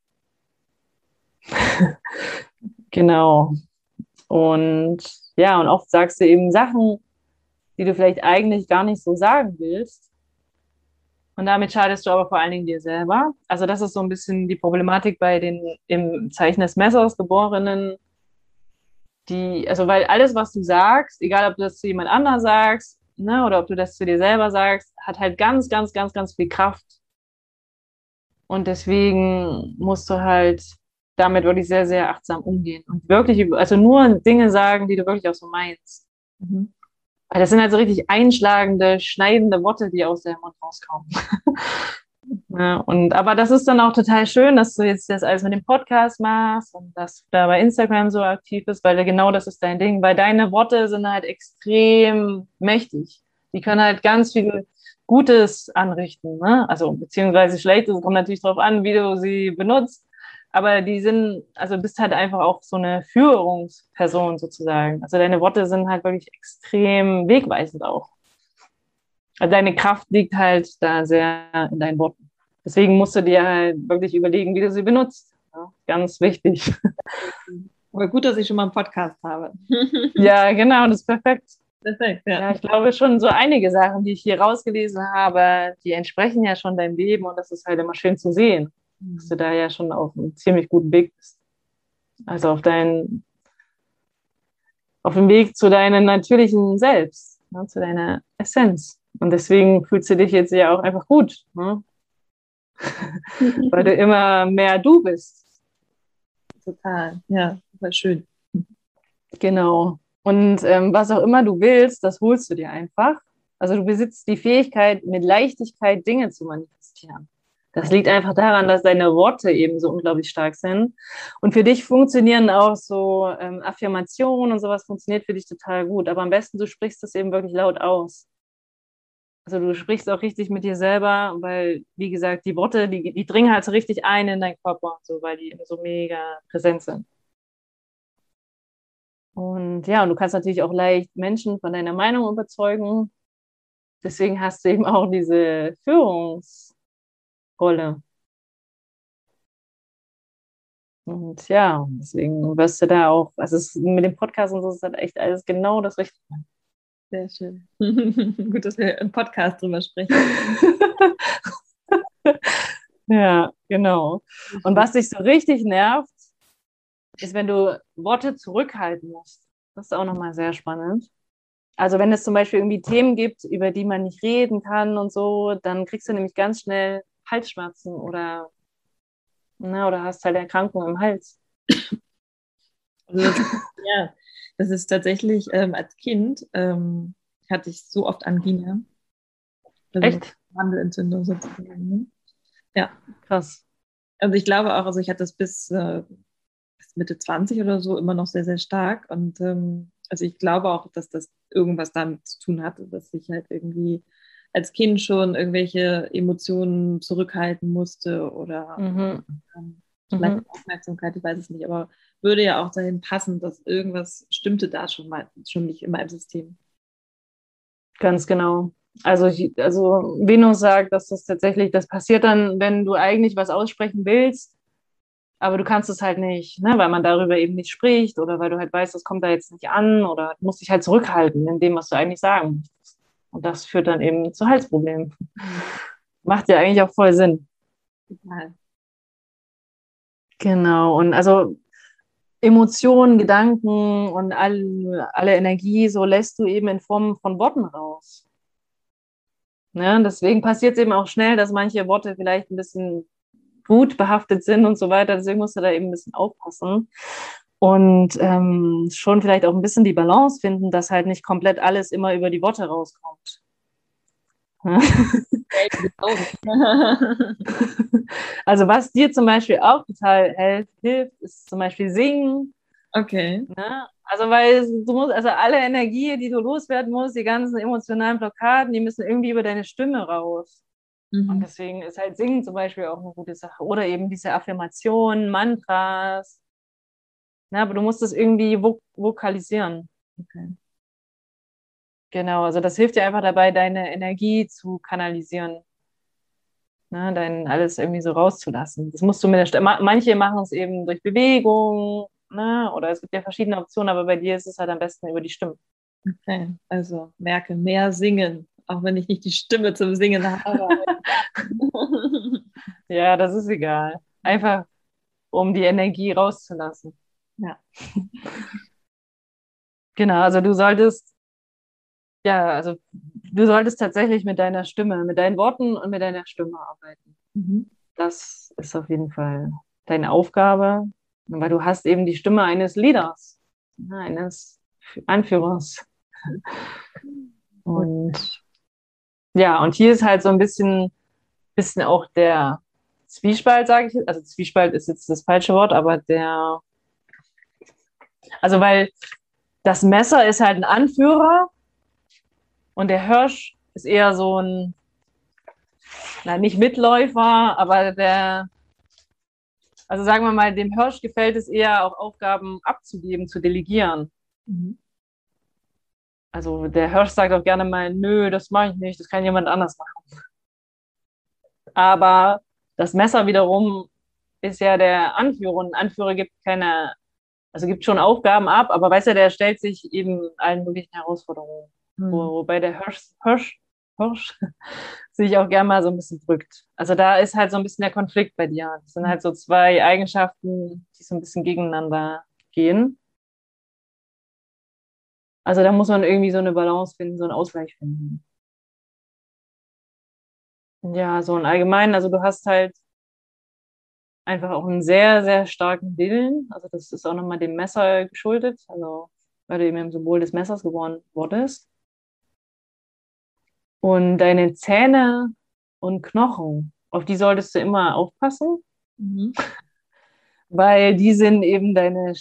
Genau. Und ja, und oft sagst du eben Sachen, die du vielleicht eigentlich gar nicht so sagen willst. Und damit schadest du aber vor allen Dingen dir selber. Also das ist so ein bisschen die Problematik bei den im Zeichen des Messers Geborenen, die, also weil alles, was du sagst, egal ob du das zu jemand anderem sagst, ne, oder ob du das zu dir selber sagst, hat halt ganz, ganz, ganz, ganz viel Kraft. Und deswegen musst du halt damit wirklich sehr, sehr achtsam umgehen und wirklich, also nur Dinge sagen, die du wirklich auch so meinst. Mhm. Weil das sind halt so richtig einschlagende, schneidende Worte, die aus deinem Mund rauskommen. Ja, und aber das ist dann auch total schön, dass du jetzt das alles mit dem Podcast machst und dass du da bei Instagram so aktiv bist, weil genau das ist dein Ding, weil deine Worte sind halt extrem mächtig. Die können halt ganz viel Gutes anrichten, ne? Also beziehungsweise Schlechtes, es kommt natürlich darauf an, wie du sie benutzt, aber die sind, also du bist halt einfach auch so eine Führungsperson sozusagen. Also deine Worte sind halt wirklich extrem wegweisend auch. Also deine Kraft liegt halt da sehr in deinen Worten. Deswegen musst du dir halt wirklich überlegen, wie du sie benutzt. Ja, ganz wichtig. Aber gut, dass ich schon mal einen Podcast habe. Ja, genau, das ist perfekt. Perfekt, ja. Ja, ich glaube schon so einige Sachen, die ich hier rausgelesen habe, die entsprechen ja schon deinem Leben und das ist halt immer schön zu sehen, dass du da ja schon auf einem ziemlich guten Weg bist. Also auf dem Weg zu deinem natürlichen Selbst, ne, zu deiner Essenz. Und deswegen fühlst du dich jetzt ja auch einfach gut, ne? Weil du immer mehr du bist. Total, ja, super schön. Genau. Und was auch immer du willst, das holst du dir einfach. Also du besitzt die Fähigkeit, mit Leichtigkeit Dinge zu manifestieren. Das liegt einfach daran, dass deine Worte eben so unglaublich stark sind. Und für dich funktionieren auch so Affirmationen und sowas funktioniert für dich total gut. Aber am besten, du sprichst es eben wirklich laut aus. Also du sprichst auch richtig mit dir selber, weil, wie gesagt, die Worte, die dringen halt so richtig ein in deinen Körper und so, weil die eben so mega präsent sind. Und ja, und du kannst natürlich auch leicht Menschen von deiner Meinung überzeugen. Deswegen hast du eben auch diese Führungsrolle. Und ja, deswegen wirst du da auch, also mit dem Podcast und so ist halt echt alles genau das Richtige. Sehr schön. Gut, dass wir im Podcast drüber sprechen. Ja, genau. Und was dich so richtig nervt, ist, wenn du Worte zurückhalten musst. Das ist auch nochmal sehr spannend. Also wenn es zum Beispiel irgendwie Themen gibt, über die man nicht reden kann und so, dann kriegst du nämlich ganz schnell Halsschmerzen oder hast halt Erkrankungen im Hals. Also ja, das ist tatsächlich als Kind hatte ich so oft Angina, also Echt? Mandelentzündung sozusagen. Ne? Ja, Krass. also ich glaube auch, also ich hatte das bis Mitte 20 oder so immer noch sehr, sehr stark und also ich glaube auch, dass das irgendwas damit zu tun hatte, dass ich halt irgendwie als Kind schon irgendwelche Emotionen zurückhalten musste oder vielleicht Aufmerksamkeit, ich weiß es nicht, aber würde ja auch dahin passen, dass irgendwas stimmte da schon nicht in meinem System. Ganz genau. Also Venus sagt, dass das tatsächlich, das passiert dann, wenn du eigentlich was aussprechen willst, aber du kannst es halt nicht, ne, weil man darüber eben nicht spricht oder weil du halt weißt, das kommt da jetzt nicht an oder du musst dich halt zurückhalten in dem, was du eigentlich sagen möchtest. Und das führt dann eben zu Halsproblemen. Macht ja eigentlich auch voll Sinn. Total. Genau. Und also Emotionen, Gedanken und alle Energie, so lässt du eben in Form von Worten raus. Ne? Deswegen passiert es eben auch schnell, dass manche Worte vielleicht ein bisschen wutbehaftet sind und so weiter. Deswegen musst du da eben ein bisschen aufpassen und schon vielleicht auch ein bisschen die Balance finden, dass halt nicht komplett alles immer über die Worte rauskommt. Also was dir zum Beispiel auch total hilft, ist zum Beispiel Singen. Okay. Ne? Also weil du musst, also alle Energie, die du loswerden musst, die ganzen emotionalen Blockaden, die müssen irgendwie über deine Stimme raus. Und deswegen ist halt Singen zum Beispiel auch eine gute Sache. Oder eben diese Affirmationen, Mantras. Na, aber du musst das irgendwie vokalisieren. Okay. Genau, also das hilft dir einfach dabei, deine Energie zu kanalisieren. Ne, dein alles irgendwie so rauszulassen. Das musst du mit der Stimme. Manche machen es eben durch Bewegung, ne? Oder es gibt ja verschiedene Optionen, aber bei dir ist es halt am besten über die Stimme. Okay, also merke, mehr singen, auch wenn ich nicht die Stimme zum Singen habe. Ja, das ist egal. Einfach, um die Energie rauszulassen. Ja. Genau, also du solltest tatsächlich mit deiner Stimme, mit deinen Worten und mit deiner Stimme arbeiten. Das ist auf jeden Fall deine Aufgabe, weil du hast eben die Stimme eines Leaders, eines Anführers. Und ja, und hier ist halt so ein bisschen auch der Zwiespalt, sage ich. Also Zwiespalt ist jetzt das falsche Wort, aber also weil das Messer ist halt ein Anführer und der Hirsch ist eher so ein, nicht Mitläufer, aber also sagen wir mal, dem Hirsch gefällt es eher, auch Aufgaben abzugeben, zu delegieren. Also der Hirsch sagt auch gerne mal, nö, das mache ich nicht, das kann jemand anders machen. Aber das Messer wiederum ist ja der Anführer und ein Anführer gibt schon Aufgaben ab, aber weißt du, der stellt sich eben allen möglichen Herausforderungen. Wobei der Hirsch sich auch gerne mal so ein bisschen drückt. Also da ist halt so ein bisschen der Konflikt bei dir. Das sind halt so zwei Eigenschaften, die so ein bisschen gegeneinander gehen. Also da muss man irgendwie so eine Balance finden, so einen Ausgleich finden. Ja, so im Allgemeinen, also du hast halt einfach auch einen sehr, sehr starken Willen. Also das ist auch nochmal dem Messer geschuldet, also weil du eben im Symbol des Messers geboren wurdest. Und deine Zähne und Knochen, auf die solltest du immer aufpassen, weil die sind eben dein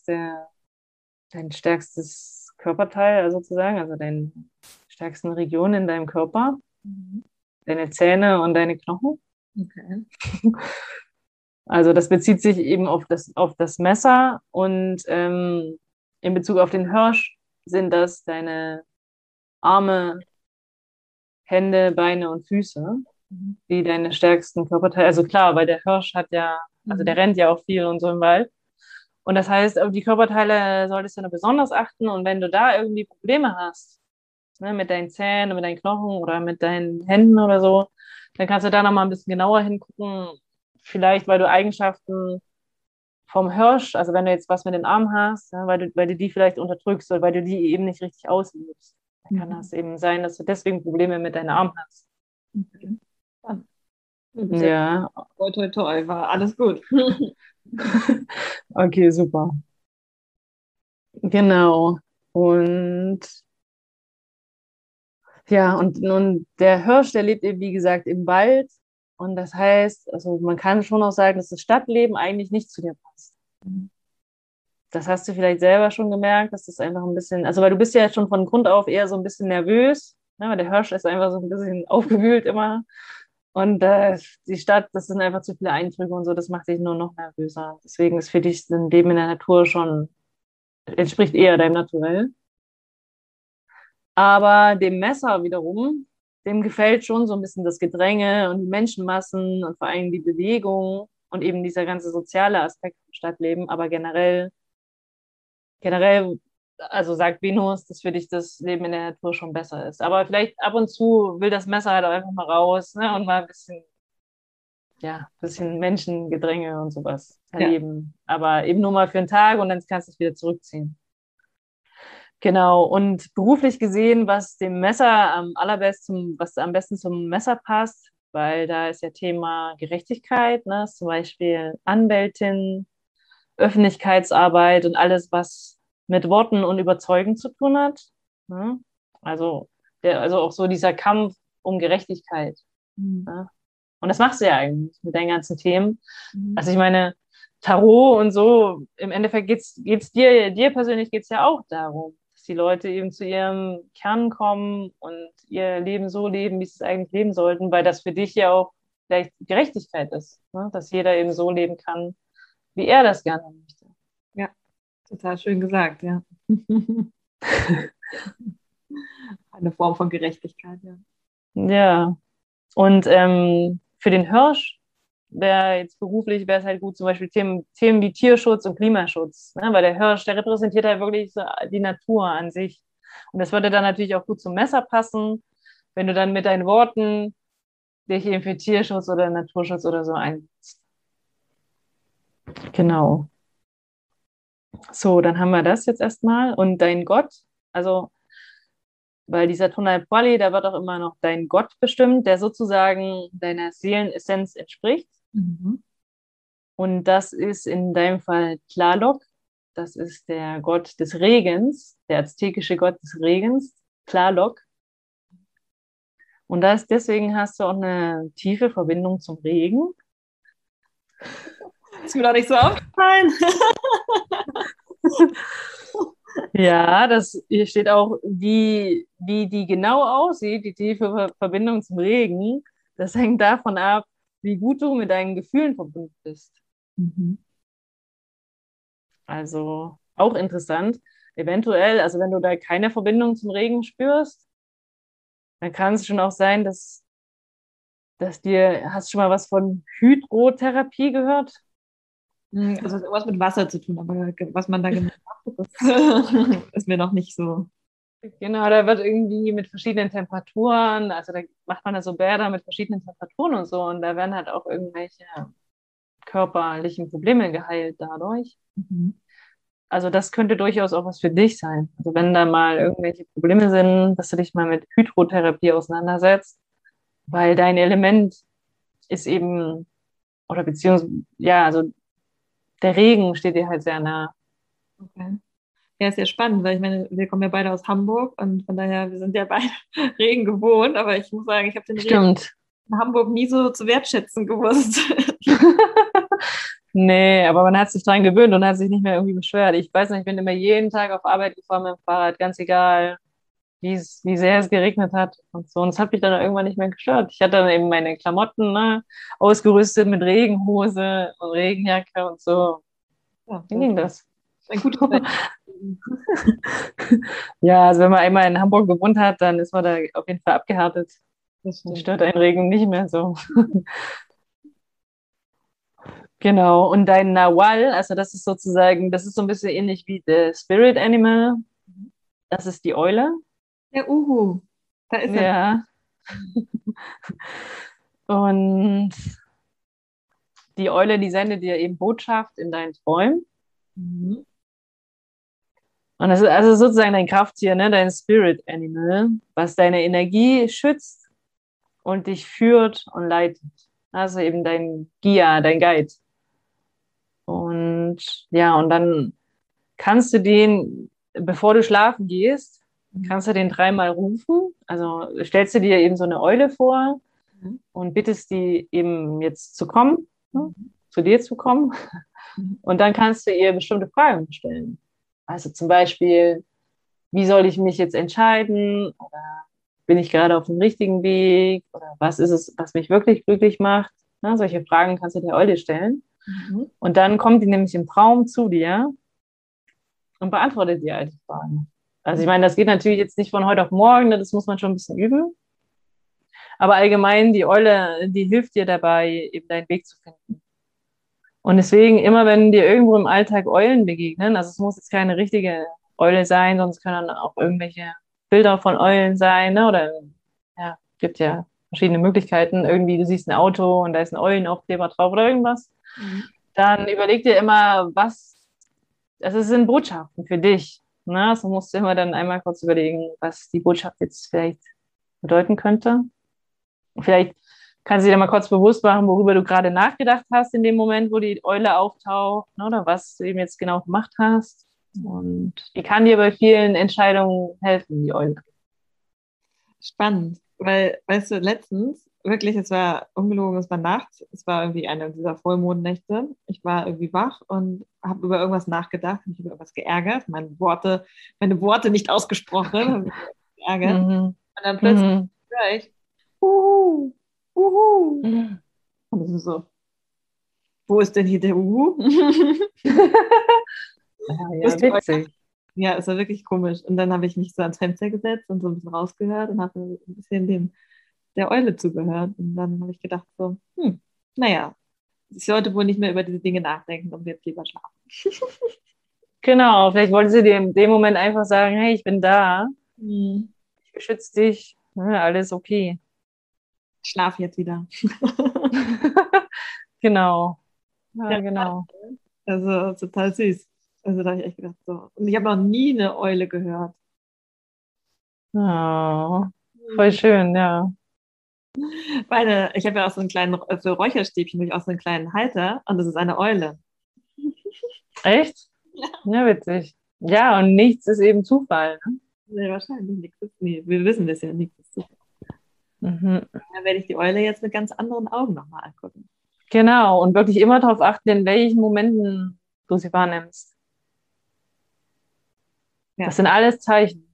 stärkstes Körperteil sozusagen, also deine stärksten Regionen in deinem Körper, deine Zähne und deine Knochen. Okay. Also das bezieht sich eben auf das Messer und in Bezug auf den Hirsch sind das deine Arme, Hände, Beine und Füße, die deine stärksten Körperteile. Also klar, weil der Hirsch also der rennt ja auch viel und so im Wald. Und das heißt, auf die Körperteile solltest du nur besonders achten. Und wenn du da irgendwie Probleme hast, ne, mit deinen Zähnen, mit deinen Knochen oder mit deinen Händen oder so, dann kannst du da nochmal ein bisschen genauer hingucken. Vielleicht, weil du Eigenschaften vom Hirsch, also wenn du jetzt was mit den Armen hast, ja, weil du die vielleicht unterdrückst oder weil du die eben nicht richtig auslebst. Dann kann das eben sein, dass du deswegen Probleme mit deinen Armen hast. Ja. Toi, toi, toi, war alles gut. Okay, super. Genau. Und ja, und nun der Hirsch, der lebt eben, wie gesagt, im Wald. Und das heißt, also man kann schon auch sagen, dass das Stadtleben eigentlich nicht zu dir passt. Das hast du vielleicht selber schon gemerkt, dass das einfach ein bisschen, also weil du bist ja schon von Grund auf eher so ein bisschen nervös. Ne? Weil der Hirsch ist einfach so ein bisschen aufgewühlt immer. Und die Stadt, das sind einfach zu viele Eindrücke und so, das macht dich nur noch nervöser. Deswegen ist für dich ein Leben in der Natur schon, entspricht eher deinem Naturell. Aber dem Messer wiederum, dem gefällt schon so ein bisschen das Gedränge und die Menschenmassen und vor allem die Bewegung und eben dieser ganze soziale Aspekt vom Stadtleben. Aber generell, also sagt Venus, dass für dich das Leben in der Natur schon besser ist. Aber vielleicht ab und zu will das Messer halt auch einfach mal raus, ne, und mal ein bisschen, ja, ein bisschen Menschengedränge und sowas Ja. erleben. Aber eben nur mal für einen Tag und dann kannst du es wieder zurückziehen. Genau, und beruflich gesehen, was dem Messer am allerbesten, was am besten zum Messer passt, weil da ist ja Thema Gerechtigkeit, ne, ist zum Beispiel Anwältin, Öffentlichkeitsarbeit und alles, was mit Worten und Überzeugen zu tun hat. Ne? Also, also auch so dieser Kampf um Gerechtigkeit. Mhm. Ne? Und das machst du ja eigentlich mit deinen ganzen Themen. Mhm. Also ich meine, Tarot und so, im Endeffekt geht's dir persönlich geht's ja auch darum, dass die Leute eben zu ihrem Kern kommen und ihr Leben so leben, wie sie es eigentlich leben sollten, weil das für dich ja auch vielleicht Gerechtigkeit ist, ne? Dass jeder eben so leben kann, wie er das gerne möchte. Ja, total schön gesagt, ja. Eine Form von Gerechtigkeit, ja. Ja, und für den Hirsch wäre jetzt beruflich, wäre es halt gut, zum Beispiel Themen wie Tierschutz und Klimaschutz, ne? Weil der Hirsch, der repräsentiert halt wirklich so die Natur an sich. Und das würde dann natürlich auch gut zum Messer passen, wenn du dann mit deinen Worten dich eben für Tierschutz oder Naturschutz oder so einsetzt. Genau. So, dann haben wir das jetzt erstmal. Und dein Gott, also weil dieser Tonal Poly, da wird auch immer noch dein Gott bestimmt, der sozusagen deiner Seelenessenz entspricht. Mhm. Und das ist in deinem Fall Tlaloc. Das ist der Gott des Regens, der aztekische Gott des Regens, Tlaloc. Und deswegen hast du auch eine tiefe Verbindung zum Regen. Ist mir doch nicht so aufgefallen. Ja, hier steht auch, wie die genau aussieht, die tiefe Verbindung zum Regen. Das hängt davon ab, wie gut du mit deinen Gefühlen verbunden bist. Mhm. Also auch interessant. Eventuell, also wenn du da keine Verbindung zum Regen spürst, dann kann es schon auch sein, hast du schon mal was von Hydrotherapie gehört? Also es hat irgendwas mit Wasser zu tun, aber was man da genau macht, das ist mir noch nicht so. Genau, da wird irgendwie mit verschiedenen Temperaturen, also da macht man da so Bäder mit verschiedenen Temperaturen und so, und da werden halt auch irgendwelche körperlichen Probleme geheilt dadurch. Mhm. Also das könnte durchaus auch was für dich sein. Also wenn da mal irgendwelche Probleme sind, dass du dich mal mit Hydrotherapie auseinandersetzt, weil dein Element ist eben, oder beziehungsweise, ja, also der Regen steht dir halt sehr nah. Okay. Ja, ist ja spannend, weil ich meine, wir kommen ja beide aus Hamburg und von daher, wir sind ja beide Regen gewohnt, aber ich muss sagen, ich habe den Regen Stimmt. in Hamburg nie so zu wertschätzen gewusst. Nee, aber man hat sich dran gewöhnt und hat sich nicht mehr irgendwie beschwert. Ich weiß nicht, ich bin immer jeden Tag auf Arbeit gefahren mit dem Fahrrad, ganz egal, wie sehr es geregnet hat und so. Und es hat mich dann irgendwann nicht mehr gestört. Ich hatte dann eben meine Klamotten, ne, ausgerüstet mit Regenhose und Regenjacke und so. Ja, Wie das ging das? ist ein gutes Zeichen. Ja, also wenn man einmal in Hamburg gewohnt hat, dann ist man da auf jeden Fall abgehärtet. Das Dann stimmt. stört einen Regen nicht mehr so. Genau. Und dein Nawal, also das ist sozusagen, das ist so ein bisschen ähnlich wie der Spirit Animal. Das ist die Eule. Ja, da ist er. Ja. Und die Eule, die sendet dir eben Botschaft in deinen Träumen. Mhm. Und das ist also sozusagen dein Krafttier, ne? Dein Spirit Animal, was deine Energie schützt und dich führt und leitet. Also eben dein Gia, dein Guide. Und ja, und dann kannst du den, bevor du schlafen gehst, kannst du den dreimal rufen. Also stellst du dir eben so eine Eule vor Mhm. und bittest die eben jetzt zu kommen, ne? Mhm. Zu dir zu kommen. Mhm. Und dann kannst du ihr bestimmte Fragen stellen. Also zum Beispiel, wie soll ich mich jetzt entscheiden? Oder bin ich gerade auf dem richtigen Weg? Oder was ist es, was mich wirklich glücklich macht? Na, solche Fragen kannst du der Eule stellen. Mhm. Und dann kommt die nämlich im Traum zu dir und beantwortet dir all die Fragen. Also ich meine, das geht natürlich jetzt nicht von heute auf morgen, ne? Das muss man schon ein bisschen üben. Aber allgemein, die Eule, die hilft dir dabei, eben deinen Weg zu finden. Und deswegen, immer wenn dir irgendwo im Alltag Eulen begegnen, also es muss jetzt keine richtige Eule sein, sonst können auch irgendwelche Bilder von Eulen sein, ne? Oder ja, gibt ja verschiedene Möglichkeiten. Irgendwie, du siehst ein Auto und da ist ein Eulenaufkleber drauf oder irgendwas. Mhm. Dann überleg dir immer, also es sind Botschaften für dich. Ne? So musst du immer dann einmal kurz überlegen, was die Botschaft jetzt vielleicht bedeuten könnte. Vielleicht kannst du dir mal kurz bewusst machen, worüber du gerade nachgedacht hast in dem Moment, wo die Eule auftaucht, ne, oder was du eben jetzt genau gemacht hast. Und die kann dir bei vielen Entscheidungen helfen, die Eule. Spannend, weil, weißt du, letztens, wirklich, es war ungelogen, es war nachts, es war irgendwie eine dieser Vollmondnächte. Ich war irgendwie wach und habe über irgendwas nachgedacht, mich über irgendwas geärgert, meine Worte nicht ausgesprochen, habe mich geärgert. Mhm. Und dann plötzlich Mhm. höre ich, Uhu, Uhu. Mhm. Und ich so, wo ist denn hier der Uhu? Wo Ja, ist die Eule? witzig. Ja, es war wirklich komisch. Und dann habe ich mich so ans Fenster gesetzt und so ein bisschen rausgehört und habe ein bisschen der Eule zugehört. Und dann habe ich gedacht so, naja, ich sollte wohl nicht mehr über diese Dinge nachdenken und jetzt lieber schlafen. Genau, vielleicht wollte sie dir in dem Moment einfach sagen, hey, ich bin da, Hm. ich beschütze dich, ja, alles okay. Ich schlafe jetzt wieder. Genau, Ja, ja, genau. also total süß. Also da habe ich echt gedacht so. Und ich habe noch nie eine Eule gehört. Oh, voll Hm. schön, ja. Ich habe ja auch so einen kleinen, für Räucherstäbchen, habe ich auch so einen kleinen Halter und das ist eine Eule. Echt? Ja, witzig. Ja, und nichts ist eben Zufall. Ne? Nee, wahrscheinlich nichts. Nee, wir wissen das ja, nichts ist super. Mhm. Da werde ich die Eule jetzt mit ganz anderen Augen nochmal angucken. Genau, und wirklich immer darauf achten, in welchen Momenten du sie wahrnimmst. Das Ja. sind alles Zeichen.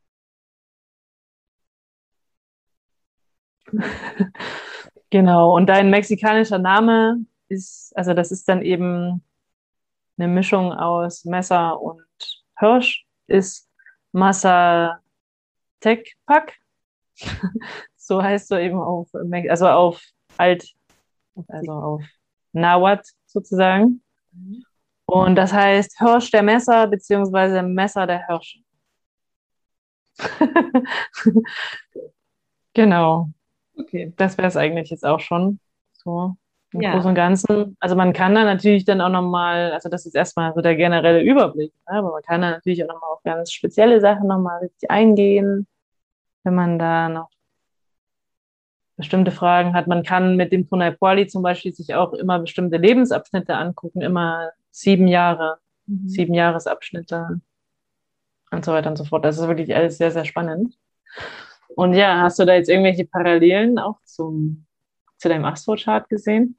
Genau, und dein mexikanischer Name ist, also das ist dann eben eine Mischung aus Messer und Hirsch, ist Mazatecpac. So heißt du eben also auf Alt, also auf Nahuatl sozusagen. Mhm. Und das heißt Hirsch der Messer beziehungsweise Messer der Hirsche. Genau, Okay. das wäre es eigentlich jetzt auch schon so im Ja. Großen und Ganzen. Also man kann da natürlich dann auch nochmal, also das ist erstmal so der generelle Überblick, ne? Aber man kann da natürlich auch nochmal auf ganz spezielle Sachen nochmal richtig eingehen, wenn man da noch bestimmte Fragen hat. Man kann mit dem Punai Poali zum Beispiel sich auch immer bestimmte Lebensabschnitte angucken, immer 7 Jahre, Mhm. 7 Jahresabschnitte und so weiter und so fort. Das ist wirklich alles sehr, sehr spannend. Und ja, hast du da jetzt irgendwelche Parallelen auch zu deinem Astro-Chart gesehen?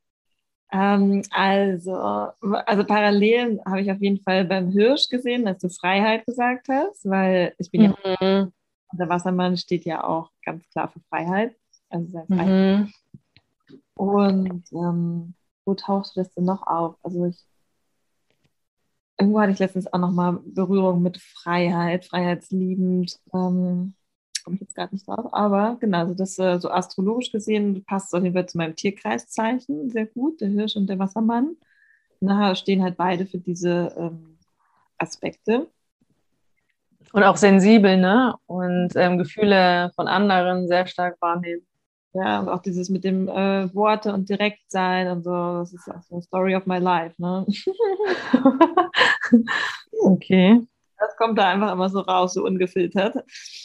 Also Parallelen habe ich auf jeden Fall beim Hirsch gesehen, dass du Freiheit gesagt hast, weil ich bin ja, Mhm. der Wassermann steht ja auch ganz klar für Freiheit. Also sei Freiheit. Mhm. Und wo tauchst du das denn noch auf? Irgendwo hatte ich letztens auch nochmal Berührung mit Freiheit, freiheitsliebend. Komme ich jetzt gerade nicht drauf, aber genau, also das so astrologisch gesehen passt es auf jeden Fall zu meinem Tierkreiszeichen sehr gut, der Hirsch und der Wassermann. Nachher stehen halt beide für diese Aspekte. Und auch sensibel, ne? Und Gefühle von anderen sehr stark wahrnehmen. Ja, und auch dieses mit dem Worte und direkt sein und so, das ist auch so eine Story of my life, ne? Okay. Das kommt da einfach immer so raus, so ungefiltert.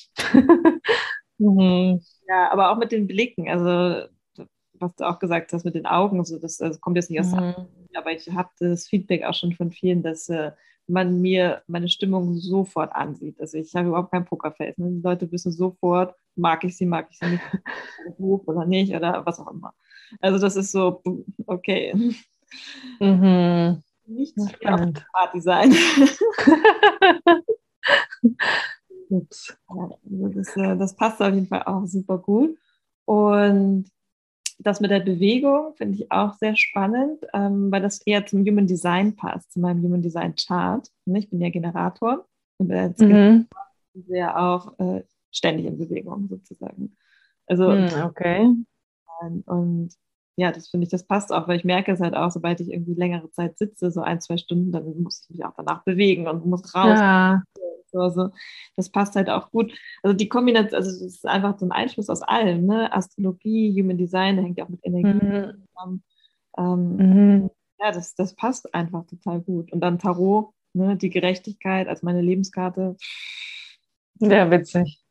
Mhm. Ja, aber auch mit den Blicken, also was du auch gesagt hast mit den Augen, so das kommt jetzt nicht aus der Mhm. aber ich habe das Feedback auch schon von vielen, dass man mir meine Stimmung sofort ansieht. Also ich habe überhaupt kein Pokerface. Ne? Die Leute wissen sofort, mag ich sie nicht, Beruf oder nicht oder was auch immer. Also das ist so, okay, Mhm. nicht Ja, hier auf der spannend. Party sein. Ups. Ja, also das passt auf jeden Fall auch super gut. Und das mit der Bewegung finde ich auch sehr spannend, weil das eher zum Human Design passt, zu meinem Human Design Chart. Ich bin ja Generator und als Generator Mhm. sind wir ja auch ständig in Bewegung sozusagen. Also Okay. und ja, das finde ich, das passt auch, weil ich merke es halt auch, sobald ich irgendwie längere Zeit sitze, so 1, 2 Stunden, dann muss ich mich auch danach bewegen und muss raus. Ja. So, also das passt halt auch gut. Also die Kombination, also es ist einfach so ein Einfluss aus allem, ne? Astrologie, Human Design, da hängt ja auch mit Energie Mhm. zusammen. Ähm, Mhm. ja, das passt einfach total gut. Und dann Tarot, ne? Die Gerechtigkeit als meine Lebenskarte. Ja, witzig.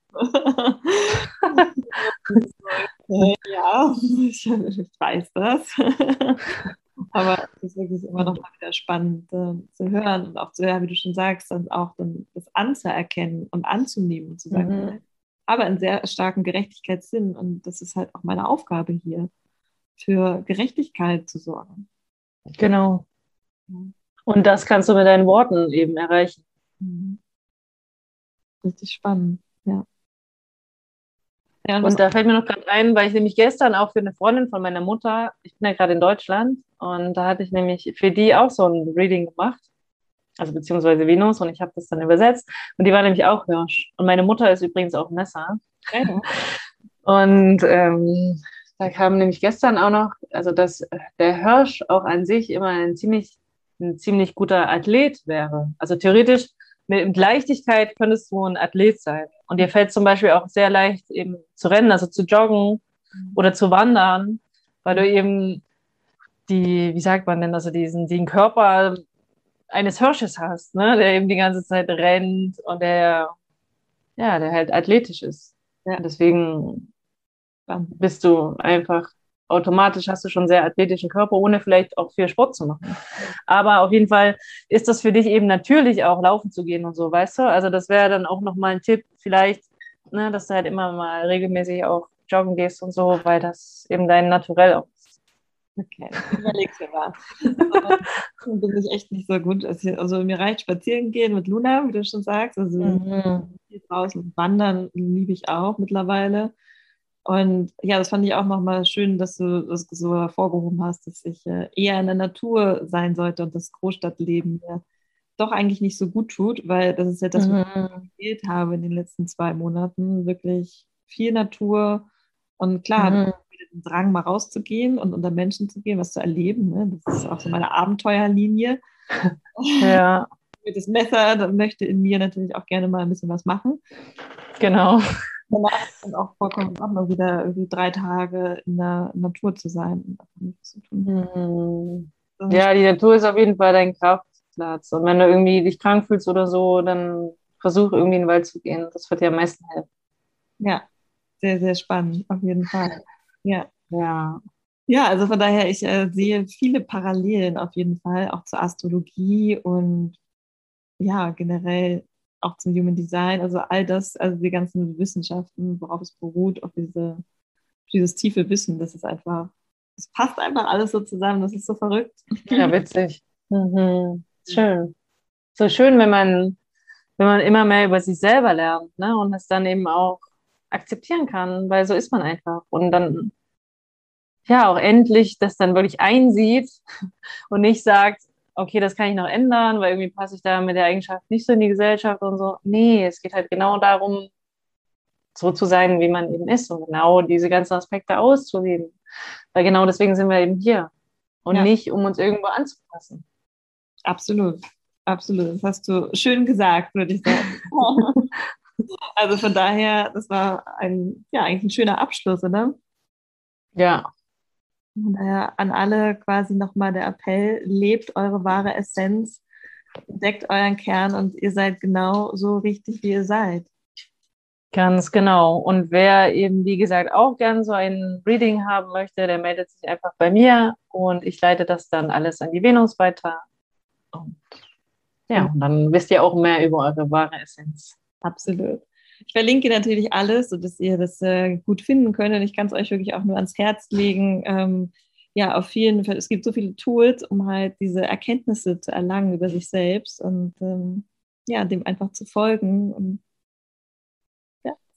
Ja, ich weiß das. Aber es ist wirklich immer noch mal wieder spannend zu hören und auch zu hören, wie du schon sagst, dann auch dann das anzuerkennen und anzunehmen und zu sagen, Mhm. aber einen sehr starken Gerechtigkeitssinn und das ist halt auch meine Aufgabe hier, für Gerechtigkeit zu sorgen. Genau. Ja. Und das kannst du mit deinen Worten eben erreichen. Mhm. Richtig spannend, ja. Ja, und was Und da fällt mir noch gerade ein, weil ich nämlich gestern auch für eine Freundin von meiner Mutter, ich bin ja gerade in Deutschland, und da hatte ich nämlich für die auch so ein Reading gemacht, also beziehungsweise Venus, und ich habe das dann übersetzt. Und die war nämlich auch Hirsch. Und meine Mutter ist übrigens auch Messer. ja, ja. Und da kam nämlich gestern auch noch, also dass der Hirsch auch an sich immer ein ziemlich guter Athlet wäre. Also theoretisch mit Leichtigkeit könntest du ein Athlet sein. Und dir fällt zum Beispiel auch sehr leicht eben zu rennen, also zu joggen oder zu wandern, weil du eben wie sagt man denn, also den Körper eines Hirsches hast, ne, der eben die ganze Zeit rennt und der halt athletisch ist. Ja, Und deswegen spannend. bist du einfach automatisch hast du schon einen sehr athletischen Körper, ohne vielleicht auch viel Sport zu machen. Aber auf jeden Fall ist das für dich eben natürlich auch laufen zu gehen und so, weißt du? Also das wäre dann auch nochmal ein Tipp, vielleicht, ne, dass du halt immer mal regelmäßig auch joggen gehst und so, weil das eben dein Naturell auch ist. Okay, ich überleg's mir mal. Bin ich echt nicht so gut. Also mir reicht spazieren gehen mit Luna, wie du schon sagst. Also Mhm. viel draußen wandern liebe ich auch mittlerweile. Und ja, das fand ich auch nochmal schön, dass du das so hervorgehoben hast, dass ich eher in der Natur sein sollte und das Großstadtleben mir doch eigentlich nicht so gut tut, weil das ist ja das, was Mhm. ich gewählt habe in den letzten 2 Monaten. Wirklich viel Natur. Und klar, habe ich Mhm. auch wieder den Drang, mal rauszugehen und unter Menschen zu gehen, was zu erleben. Ne? Das ist auch so meine Abenteuerlinie. Ja, Mit das Messer, dann möchte in mir natürlich auch gerne mal ein bisschen was machen. genau. Danach ist dann auch vollkommen in Ordnung, wieder irgendwie 3 Tage in der Natur zu sein und einfach nichts zu tun. Mhm. Das ist Ja, die Natur ist auf jeden Fall dein Kraftplatz. Und wenn du irgendwie dich krank fühlst oder so, dann versuch irgendwie in den Wald zu gehen. Das wird dir am meisten helfen. ja sehr, sehr spannend, auf jeden Fall. Ja. Ja. Ja, also von daher, ich sehe viele Parallelen auf jeden Fall, auch zur Astrologie und ja, generell auch zum Human Design. Also all das, also die ganzen Wissenschaften, worauf es beruht, auf dieses tiefe Wissen, das ist einfach, das passt einfach alles so zusammen, das ist so verrückt. Ja, witzig. Mhm. Schön. So schön, wenn man immer mehr über sich selber lernt, ne? Und es dann eben auch akzeptieren kann, weil so ist man einfach. Und dann, ja, auch endlich das dann wirklich einsieht und nicht sagt, okay, das kann ich noch ändern, weil irgendwie passe ich da mit der Eigenschaft nicht so in die Gesellschaft und so. Nee, es geht halt genau darum, so zu sein, wie man eben ist und genau diese ganzen Aspekte auszuleben. Weil genau deswegen sind wir eben hier und Ja, nicht, um uns irgendwo anzupassen. absolut. Absolut. Das hast du schön gesagt, würde ich sagen. Also von daher, das war ja, eigentlich ein schöner Abschluss, oder? Ja, Von daher an alle quasi nochmal der Appell, lebt eure wahre Essenz, entdeckt euren Kern und ihr seid genau so richtig, wie ihr seid. ganz genau. Und wer eben, wie gesagt, auch gern so ein Reading haben möchte, der meldet sich einfach bei mir und ich leite das dann alles an die Venus weiter. Und ja, Genau, und dann wisst ihr auch mehr über eure wahre Essenz. absolut. Ich verlinke natürlich alles, sodass ihr das gut finden könnt. Und ich kann es euch wirklich auch nur ans Herz legen. Ja, auf vielen Fällen, es gibt so viele Tools, um halt diese Erkenntnisse zu erlangen über sich selbst und ja, dem einfach zu folgen. Und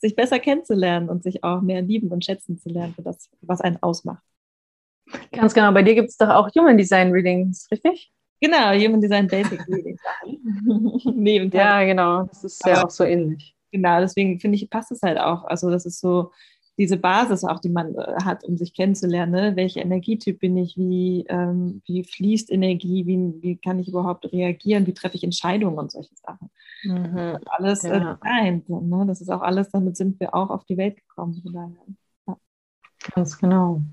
sich besser kennenzulernen und sich auch mehr lieben und schätzen zu lernen für das, was einen ausmacht. Ganz genau. Bei dir gibt es doch auch Human Design Readings, richtig? Genau, Human Design Basic Reading. Ja, genau. Das ist ja auch so ähnlich. Genau, deswegen finde ich, passt es halt auch. Also das ist so diese Basis auch, die man hat, um sich kennenzulernen. Ne? Welcher Energietyp bin ich? Wie fließt Energie? Wie kann ich überhaupt reagieren? Wie treffe ich Entscheidungen und solche Sachen? Mhm. Alles ein. Ne? Das ist auch alles, damit sind wir auch auf die Welt gekommen. Ja. Ganz genau.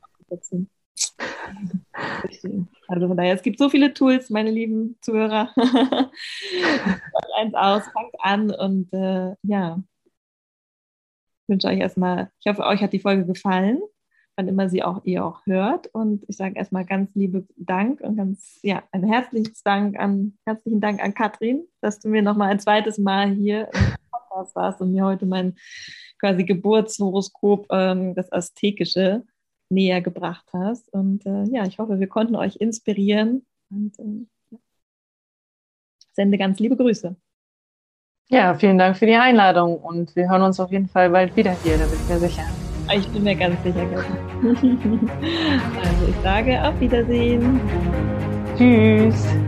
Also von daher, es gibt so viele Tools, meine lieben Zuhörer. Eins aus, fangt an und ja. Ich wünsche euch erstmal, ich hoffe, euch hat die Folge gefallen, wann immer ihr auch hört. Und ich sage erstmal ganz lieben Dank und ein herzlichen Dank an Katrin, dass du mir nochmal ein zweites Mal hier im Podcast warst und mir heute mein quasi Geburtshoroskop, das Aztekische, näher gebracht hast. Und ich hoffe, wir konnten euch inspirieren und sende ganz liebe Grüße. Ja, vielen Dank für die Einladung und wir hören uns auf jeden Fall bald wieder hier, da bin ich mir sicher. Ich bin mir ganz sicher. Also ich sage auf Wiedersehen. Tschüss.